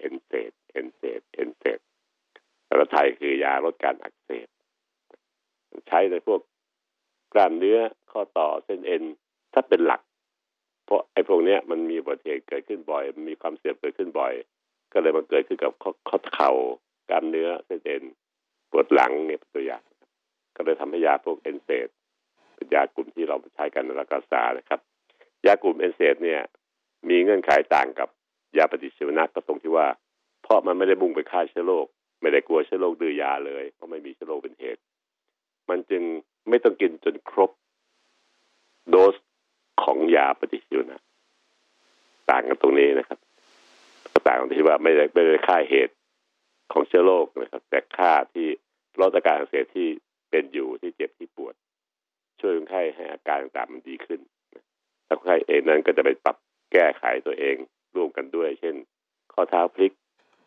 ภาษาไทยคือยาลดการอักเสบใช้ในพวกกล้ามเนื้อข้อต่อเส้นเอ็นถ้าเป็นหลักเพราะไอ้พวกนี้มันมีอุบัติเหตุเกิดขึ้นบ่อยมีความเสื่อมเกิดขึ้นบ่อยก็เลยมันเกิดขึ้นกับข้อเข่ากล้ามเนื้อเส้นเอ็นปวดหลังเนี่ยเป็นตัวอย่างก็เลยทำให้ยาพวก NSAID เป็นยากลุ่มที่เราใช้กันในรักษานะครับยากลุ่ม NSAID เนี่ยมีเงื่อนไขต่างกับยาปฏิชีวนะก็ตรงที่ว่าเพราะมันไม่ได้มุ่งไปฆ่าเชื้อโรคไม่ได้กลัวเชื้อโรคดื้อยาเลยเพราะไม่มีเชื้อโรคเป็นเหตุมันจึงไม่ต้องกินจนครบโดสของยาปฏิชีวนะต่างกันตรงนี้นะครับต่างกันที่ว่าไม่ได้ฆ่าเหตุของเชื้อโรคนะครับแต่ฆ่าที่ลดอาการอักเสบที่เป็นอยู่ที่เจ็บที่ปวดช่วยคนไข้ให้อาการต่างๆมันดีขึ้นถ้าคนไข้เองนั้นก็จะไปปรับแก้ไขตัวเองร่วมกันด้วยเช่นข้อเท้าพลิก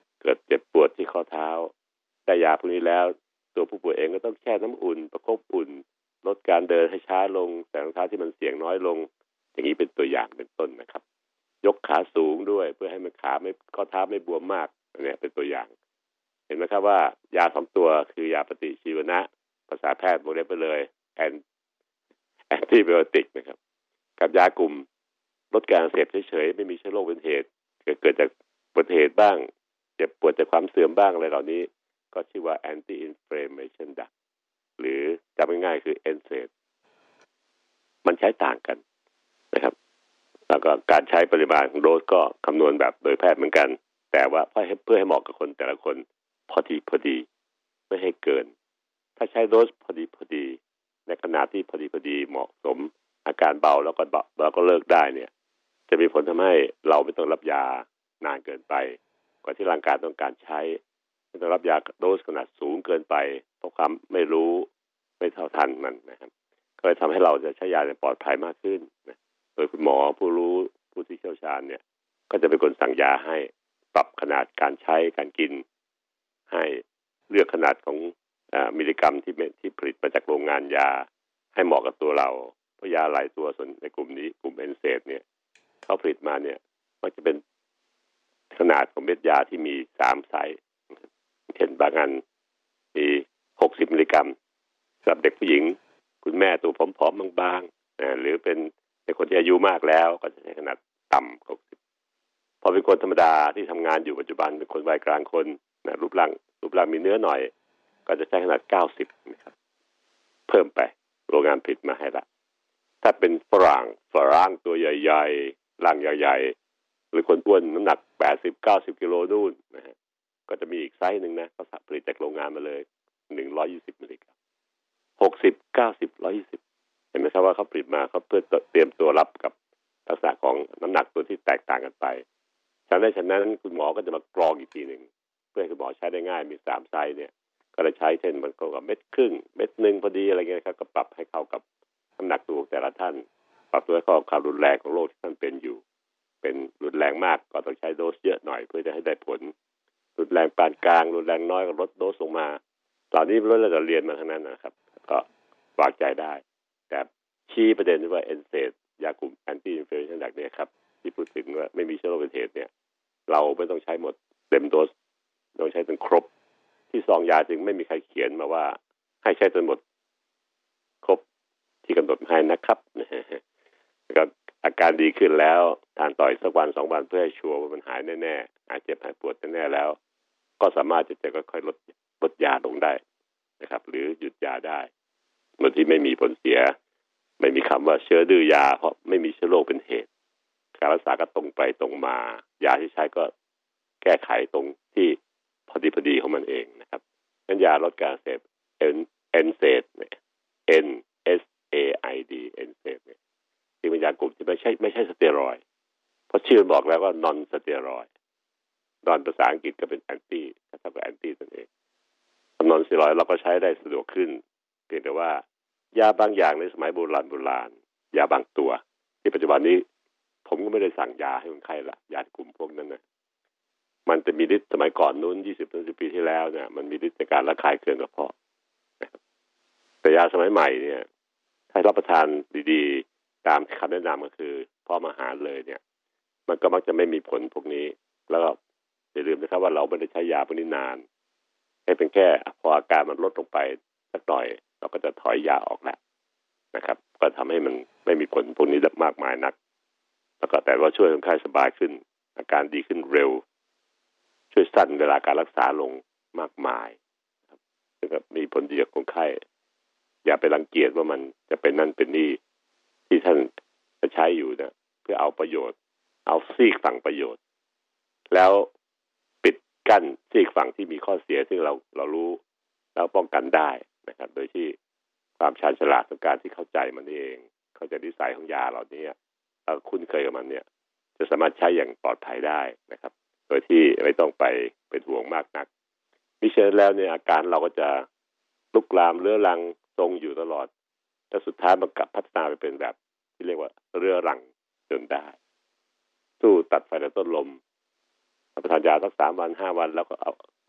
ข้อเท้าได้ยาพวกนี้แล้วตัวผู้ป่วยเองก็ต้องแช่น้ำอุ่นประคบอุ่นลดการเดินให้ช้าลงใส่รองเท้าที่มันเสี่ยงน้อยลงอย่างนี้เป็นตัวอย่างเป็นต้นนะครับยกขาสูงด้วยเพื่อให้มันขาไม่ข้อเท้าไม่บวมมากเนี่ยเป็นตัวอย่างเห็นไหมครับว่ายา2ตัวคือยาปฏิชีวนะภาษาแพทย์บอกได้ไปเลยแอนติไบโอติกนะครับกับยากลุ่มลดการอักเสบเฉยๆไม่มีเชื้อโรคเป็นเหตุเกิดจากอุบัติเหตุบ้างเจ็บปวดจากความเสื่อมบ้างอะไรเหล่านี้ก็ชื่อว่า anti inflammation drug หรือจำง่ายๆคือ NSAID มันใช้ต่างกันนะครับแล้วก็การใช้ปริมาณของโดสก็คำนวณแบบโดยแพทย์เหมือนกันแต่ว่าเพื่อให้เหมาะกับคนแต่ละคนพอดีไม่ให้เกินถ้าใช้โดสพอดีในขนาดที่พอดีเหมาะสมอาการเบาแล้วก็เลิกได้เนี่ยจะมีผลทำให้เราไม่ต้องรับยานานเกินไปกว่าที่ร่างกายต้องการใช้ไม่ต้องรับยาโดสขนาดสูงเกินไปเพราะความไม่รู้ไม่เท่าทันมันนะครับก็เลยทำให้เราจะใช้ยาอย่างปลอดภัยมากขึ้นนะโดยคุณหมอผู้รู้ผู้ที่เชี่ยวชาญเนี่ยก็จะเป็นคนสั่งยาให้ปรับขนาดการใช้การกินให้เลือกขนาดของมิลลิกรัมที่ผลิตมาจากโรงงานยาให้เหมาะกับตัวเราเพราะยาหลายตัวส่วนในกลุ่มนี้กลุ่มเอนเซดเนี่ยเขาผลิตมาเนี่ยมันจะเป็นขนาดของเม็ดยาที่มี3ไซส์เช่นบางอันมี60มิลลิกรัมสำหรับเด็กผู้หญิงคุณแม่ตัวผอมๆบางๆหรือเป็นคนที่อายุมากแล้วก็จะใช้ขนาดต่ำ60พอเป็นคนธรรมดาที่ทำงานอยู่ปัจจุบันเป็นคนวัยกลางคนรูปร่างมีเนื้อหน่อยก็จะใช้ขนาด90นะครับเพิ่มไปโรงงานผลิตมาให้ละถ้าเป็นฝรั่งตัวใหญ่ๆร่างใหญ่ๆหรือคนอ้วนน้ำหนัก80-90กิโลนู่นนะฮะก็จะมีอีกไซส์หนึ่งนะเขาผลิตจากโรงงานมาเลย120มิลลิกรัม60 90 120เห็นไหมครับว่าเขาผลิตมาเขาเพื่อเตรียมตัวรับกับลักษณะของน้ำหนักตัวที่แตกต่างกันไปฉะนั้นคุณหมอก็จะมากรองอีกทีหนึ่งเพื่อให้คุณหมอใช้ได้ง่ายมี3ไซส์เนี่ยก็เลยใช้เช่นมันก็กับเม็ดครึ่งเม็ดนึงพอดีอะไรเงี้ยครับก็ปรับให้เข้ากับน้ำหนักตัวแต่ละท่านปรับตัวให้เข้ากับความรุนแรงของโรคที่ท่านเป็นอยู่เป็นรุนแรงมากก็ต้องใช้โดสเยอะหน่อยเพื่อจะให้ได้ผลรุนแรงปานกลางรุนแรงน้อยก็ลดโดสลงมาตอนนี้เราจะเรียนมาทั้งนั้นนะครับก็วางใจได้แต่ชี้ประเด็นที่ว่าเอนเซดยากลุ่มแอนตี้อินฟลูเอนซ่าแบบนี้ครับที่พูดถึงว่าไม่มีเชื้อโรคเป็นเหตุเนี่ยเราไม่ต้องใช้หมดเต็มโดสต้องใช้จนครบที่ซองยาจึงไม่มีใครเขียนมาว่าให้ใช้จนหมดครบที่กำหนดให้นะครับก็อาการดีขึ้นแล้วทานต่ออีกสักวัน2วันเพื่อให้ชัวร์ว่ามันหายแน่ๆหายเจ็บหายปวดแน่ๆแล้วก็สามารถจะค่อยๆลดยาลงได้นะครับหรือหยุดยาได้โดยที่ไม่มีผลเสียไม่มีคำว่าเชื้อดื้อยาเพราะไม่มีเชื้อโรคเป็นเหตุการรักษาก็ตรงไปตรงมายาที่ใช้ก็แก้ไขตรงที่พอดีของมันเองนะครับงั้นยาลดการอักเสบNSAIDเนี่ย NSAID NSAID เนี่ยที่เป็นยากลุ่มที่ไม่ใช่สเตียรอยด์เพราะชื่อบอกแล้วว่า non สเตียรอยด์นอนภาษาอังกฤษก็เป็นแอนตี้ถ้าทำกับแอนตี้นั่นเองนอนสเตียรอยด์เราก็ใช้ได้สะดวกขึ้นเพียงแต่ว่ายาบางอย่างในสมัยโบราณยาบางตัวที่ปัจจุบันนี้ผมก็ไม่ได้สั่งยาให้คนไข้ละยากลุ่มพวกนั้นนะมันจะมีฤทธิ์สมัยก่อนนู้น20-30 ปีที่แล้วเนี่ยมันมีฤทธิ์ในการระคายเคืองกระเพาะแต่ยาสมัยใหม่เนี่ยถ้ารับประทานดีๆตามคำแนะนำก็คือพออาหารเลยเนี่ยมันก็มักจะไม่มีผลพวกนี้แล้วก็อย่าลืมนะครับว่าเราไม่ได้ใช้ยาพวกนี้นานให้เป็นแค่พออาการมันลดลงไปสักหน่อยเราก็จะถอยยาออกแล้วนะครับก็ทำให้มันไม่มีผลพวกนี้มากมายนักแล้วก็แต่ว่าช่วยคนไข้สบายขึ้นอาการดีขึ้นเร็วช่วยสั้นเวลาการรักษาลงมากมายนะครับมีผลดีกับคนไข้อย่าไปรังเกียจว่ามันจะเป็นนั่นเป็นนี่ที่ท่านจะใช้อยู่นะเพื่อเอาประโยชน์เอาซีกฝั่งประโยชน์แล้วปิดกั้นซีกฝั่งที่มีข้อเสียซึ่งเรารู้แล้วป้องกันได้นะครับโดยที่ความชาญฉลาดของการที่เข้าใจมันเองเข้าใจนิสัยของยาเหล่านี้แล้วคุ้นเคยกับมันเนี่ยจะสามารถใช้อย่างปลอดภัยได้นะครับโดยที่ไม่ต้องไปเป็นห่วงมากนักมิเช่นแล้วเนี่ยอาการเราก็จะลุกลามเรื้อรังทรงอยู่ตลอดแต่สุดท้ายมันกลับพัฒนาไปเป็นแบบที่เรียกว่าเรื้อรังจนได้สู้ตัดไฟในต้นลมรับประทานยาสัก3 วัน 5 วันแล้วก็เอา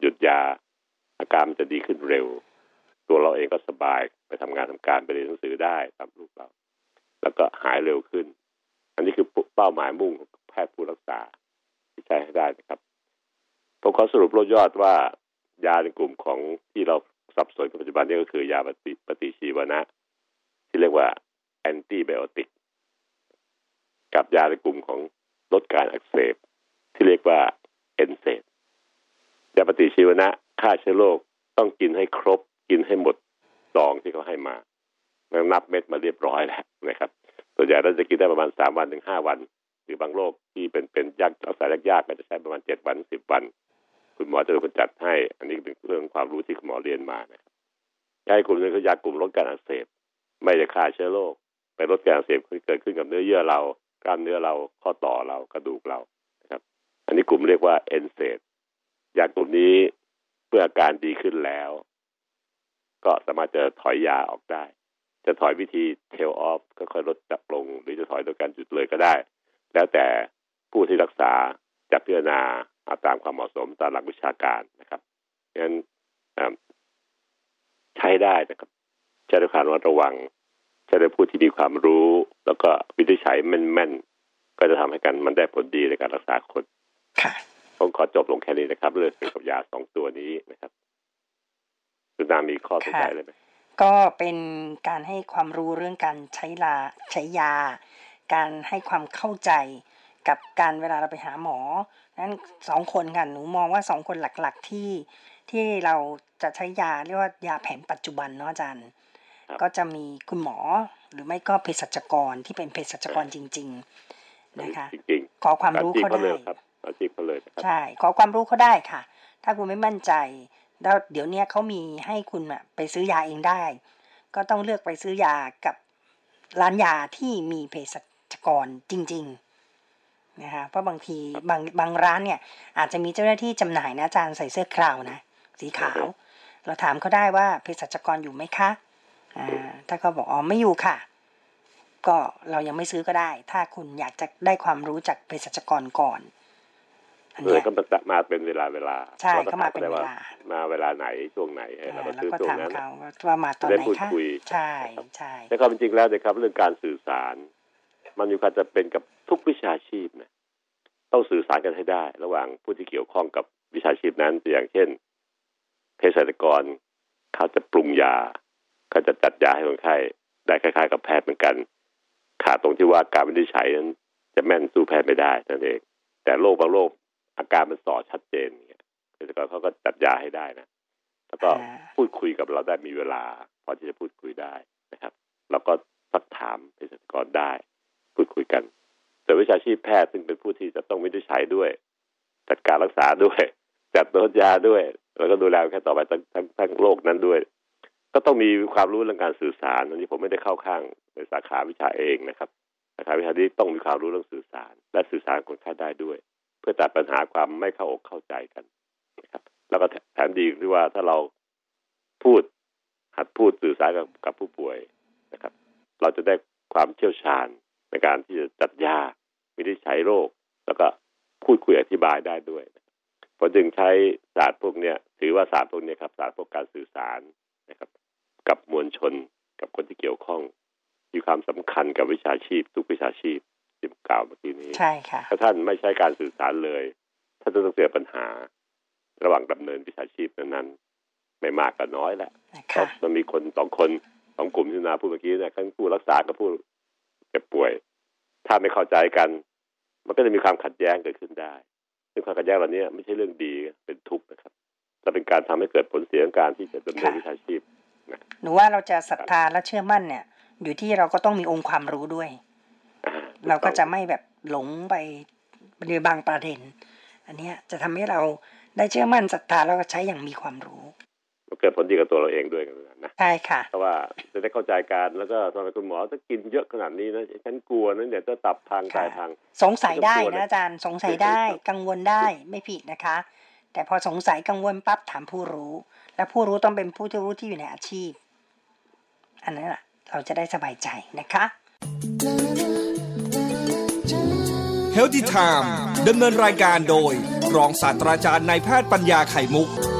หยุดยาอาการมันจะดีขึ้นเร็วตัวเราเองก็สบายไปทำงานทำการไปเรียนหนังสือได้ตามลูกเราแล้วก็หายเร็วขึ้นอันนี้คือเป้าหมายมุ่งของแพทย์ผู้รักษาที่ใช้ให้ได้นะครับผมขอสรุปรวบยอดว่ายาในกลุ่มของที่เราสับสนปัจจุบันนี้ก็คือยาปฏิชีวนะที่เรียกว่าแอนติไบโอติกกับยาในกลุ่มของลดการอักเสบที่เรียกว่าเอนเซดยาปฏิชีวนะฆ่าเชื้อโรคต้องกินให้ครบกินให้หมดซองที่เขาให้มานับเม็ดมาเรียบร้อยแล้วนะครับส่วนใหญ่เราจะกินได้ประมาณ3 วันถึง 5 วันหรือบางโรคที่เป็นยากรักษายากๆก็จะใช้ประมาณ7 วัน10 วันคุณหมอจะเป็นคนจัดให้อันนี้เป็นเรื่องความรู้ที่คุณหมอเรียนมานะครับยากลุ่มนี้คือยากลุ่มลดการอักเสบไม่ได้ฆ่าเชื้อโรคไปลดการอักเสบที่เกิดขึ้นกับเนื้อเยื่อเรากล้ามเนื้อเราข้อต่อเรากระดูกเรานะครับอันนี้กลุ่มเรียกว่าเอนเซดยากลุ่มนี้เมื่ออาการดีขึ้นแล้วก็สามารถจะถอยยาออกได้จะถอยวิธี tail off ก็ค่อยลดจับลงหรือจะถอยโดยการหยุดเลยก็ได้แล้วแต่ผู้ที่รักษาจะพิจารณาตามความเหมาะสมตามหลักวิชาการนะครับงั้นใช้ได้นะครับใช้ด้วยความระวังใช้ด้วยผู้ที่มีความรู้แล้วก็วิธีใช้แม่นๆก็จะทำให้กันมันได้ผลดีในการรักษาคนผมขอจบลงแค่นี้นะครับเรื่องเกี่ยวกับยา2 ตัวนี้นะครับคุณนามีข้อสงสัยอะไรไหม
ก็เป็นการให้ความรู้เรื่องการใช้ยาการให้ความเข้าใจกับการเวลาเราไปหาหมอนั้น2 คนค่ะหนูมองว่า2 คนหลักๆที่เราจะใช้ยาเรียกว่ายาแผนปัจจุบันเนาะอาจารย์ก็จะมีคุณหมอหรือไม่ก็เภสัชกรที่เป็นเภสัชกรจริงๆนะคะขอความรู้เขาได้ใช่ขอความรู้เขาได้ค่ะถ้าคุณไม่มั่นใจแล้วเดี๋ยวนี้เขามีให้คุณไปซื้อยาเองได้ก็ต้องเลือกไปซื้อยากับร้านยาที่มีเภสัชกรจริงๆนะคะเพราะบางทีบางร้านเนี่ยอาจจะมีเจ้าหน้าที่จำหน่ายนะอาจารย์ใส่เสื้อคราวนะสีขาวเราถามเขาได้ว่าเภสัชกรอยู่ไหมคะถ้าเขาบอกอ๋อไม่อยู่ค่ะก็เรายังไม่ซื้อก็ได้ถ้าคุณอยากจะได้ความรู้จากเภสัชกรก่อน
ก็มาเป็นเวลา
ใช่ก็มาเป็นเวลา
มาเวลาไหนช่วงไหนเราก็ซื้อช่วงนั้น
ว่ามาตอนไหนคะใช่
แต่ความจริงแล้วนะครับเรื่องการสื่อสารมันมีความจำเป็นกับทุกวิชาชีพนะต้องสื่อสารกันให้ได้ระหว่างผู้ที่เกี่ยวข้องกับวิชาชีพนั้นอย่างเช่นเภสัชกรเขาจะปรุงยาเขาจะจัดยาให้คนไข้ได้คล้ายๆกับแพทย์เหมือนกันขาดตรงที่ว่าการวินิจฉัยนั้นจะแม่นสู้แพทย์ไม่ได้นั่นเองแต่โรคบางโรคอาการมันส่อชัดเจนเนี่ยเภสัชกรเขาก็จัดยาให้ได้นะแล้วก็พูดคุยกับเราได้มีเวลาพอที่จะพูดคุยได้นะครับเราก็ซักถามเภสัชกรได้พูดคุยกันแต่วิชาชีพแพทย์ซึ่งเป็นผู้ที่จะต้องวินิจฉัยด้วยจัดการรักษาด้วยจัดโดสยาด้วยแล้วก็ดูแลแค่ต่อไปทั้งโรคนั้นด้วยก็ต้องมีความรู้เรื่องการสื่อสารอันนี้ผมไม่ได้เข้าข้างในสาขาวิชาเองนะครับสาขาวิชาที่ต้องมีความรู้เรื่องสื่อสารและสื่อสารคนไข้ได้ด้วยเพื่อตัดปัญหาความไม่เข้าอกเข้าใจกันนะครับแล้วก็แถมดีที่ว่าถ้าเราหัดพูดสื่อสารกับผู้ป่วยนะครับเราจะได้ความเชี่ยวชาญในการที่จะจัดยาวินิจฉัยโรคแล้วก็พูดคุยอธิบายได้ด้วยผมจึงใช้ศาสตร์พวกนี้ถือว่าศาสตร์พวกนี้ครับศาสตร์พวกการสื่อสารนะครับกับมวลชนกับคนที่เกี่ยวข้องมีความสำคัญกับวิชาชีพทุกวิชาชีพที่กล่าวเมื่อกี้นี้
ใช่ค่ะ
ถ้าท่านไม่ใช้การสื่อสารเลยท่านจะต้องเจอปัญหาระหว่างดำเนินวิชาชีพนั้นไม่มากก็น้อยแหละเพราะมันมีคน2 กลุ่มที่นาพูดเมื่อกี้เนี่ยทั้งผู้รักษากับผู้เจ็บป่วยถ้าไม่เข้าใจกันมันก็จะมีความขัดแย้งเกิดขึ้นได้ซึ่งความขัดแย้งเหล่านี้ไม่ใช่เรื่องดีเป็นทุกข์นะครับและเป็นการทำให้เกิดผลเสียของการที่จะดำเนินวิชาชีพนะ
หนูว่าเราจะศรัทธาและเชื่อมั่นเนี่ยอยู่ที่เราก็ต้องมีองค์ความรู้ด้วยเราก็จะไม่แบบหลงไปในบางประเด็นอันนี้จะทำให้เราได้เชื่อมั่นศรัทธาแล้วก็ใช้อย่างมีความรู้
เกิดผลดีกับตัวเราเองด้วยนะ
ใช่ค่ะ
เพราะว่าจะได้เข้าใจการแล้วก็ตอนคุณหมอถ้ากินเยอะขนาดนี้นะฉันกลัวนั่นเดี๋ยวจะตับพังไตพัง
สงสัยได้นะอาจารย์สงสัยได้กังวลได้ไม่ผิดนะคะแต่พอสงสัยกังวลปั๊บถามผู้รู้และผู้รู้ต้องเป็นผู้ที่รู้ที่อยู่ในอาชีพอันนั้นแหละเราจะได้สบายใจนะคะ
Healthy Time ดำเนินรายการโดยรองศาสตราจารย์นายแพทย์ปัญญาไข่มุก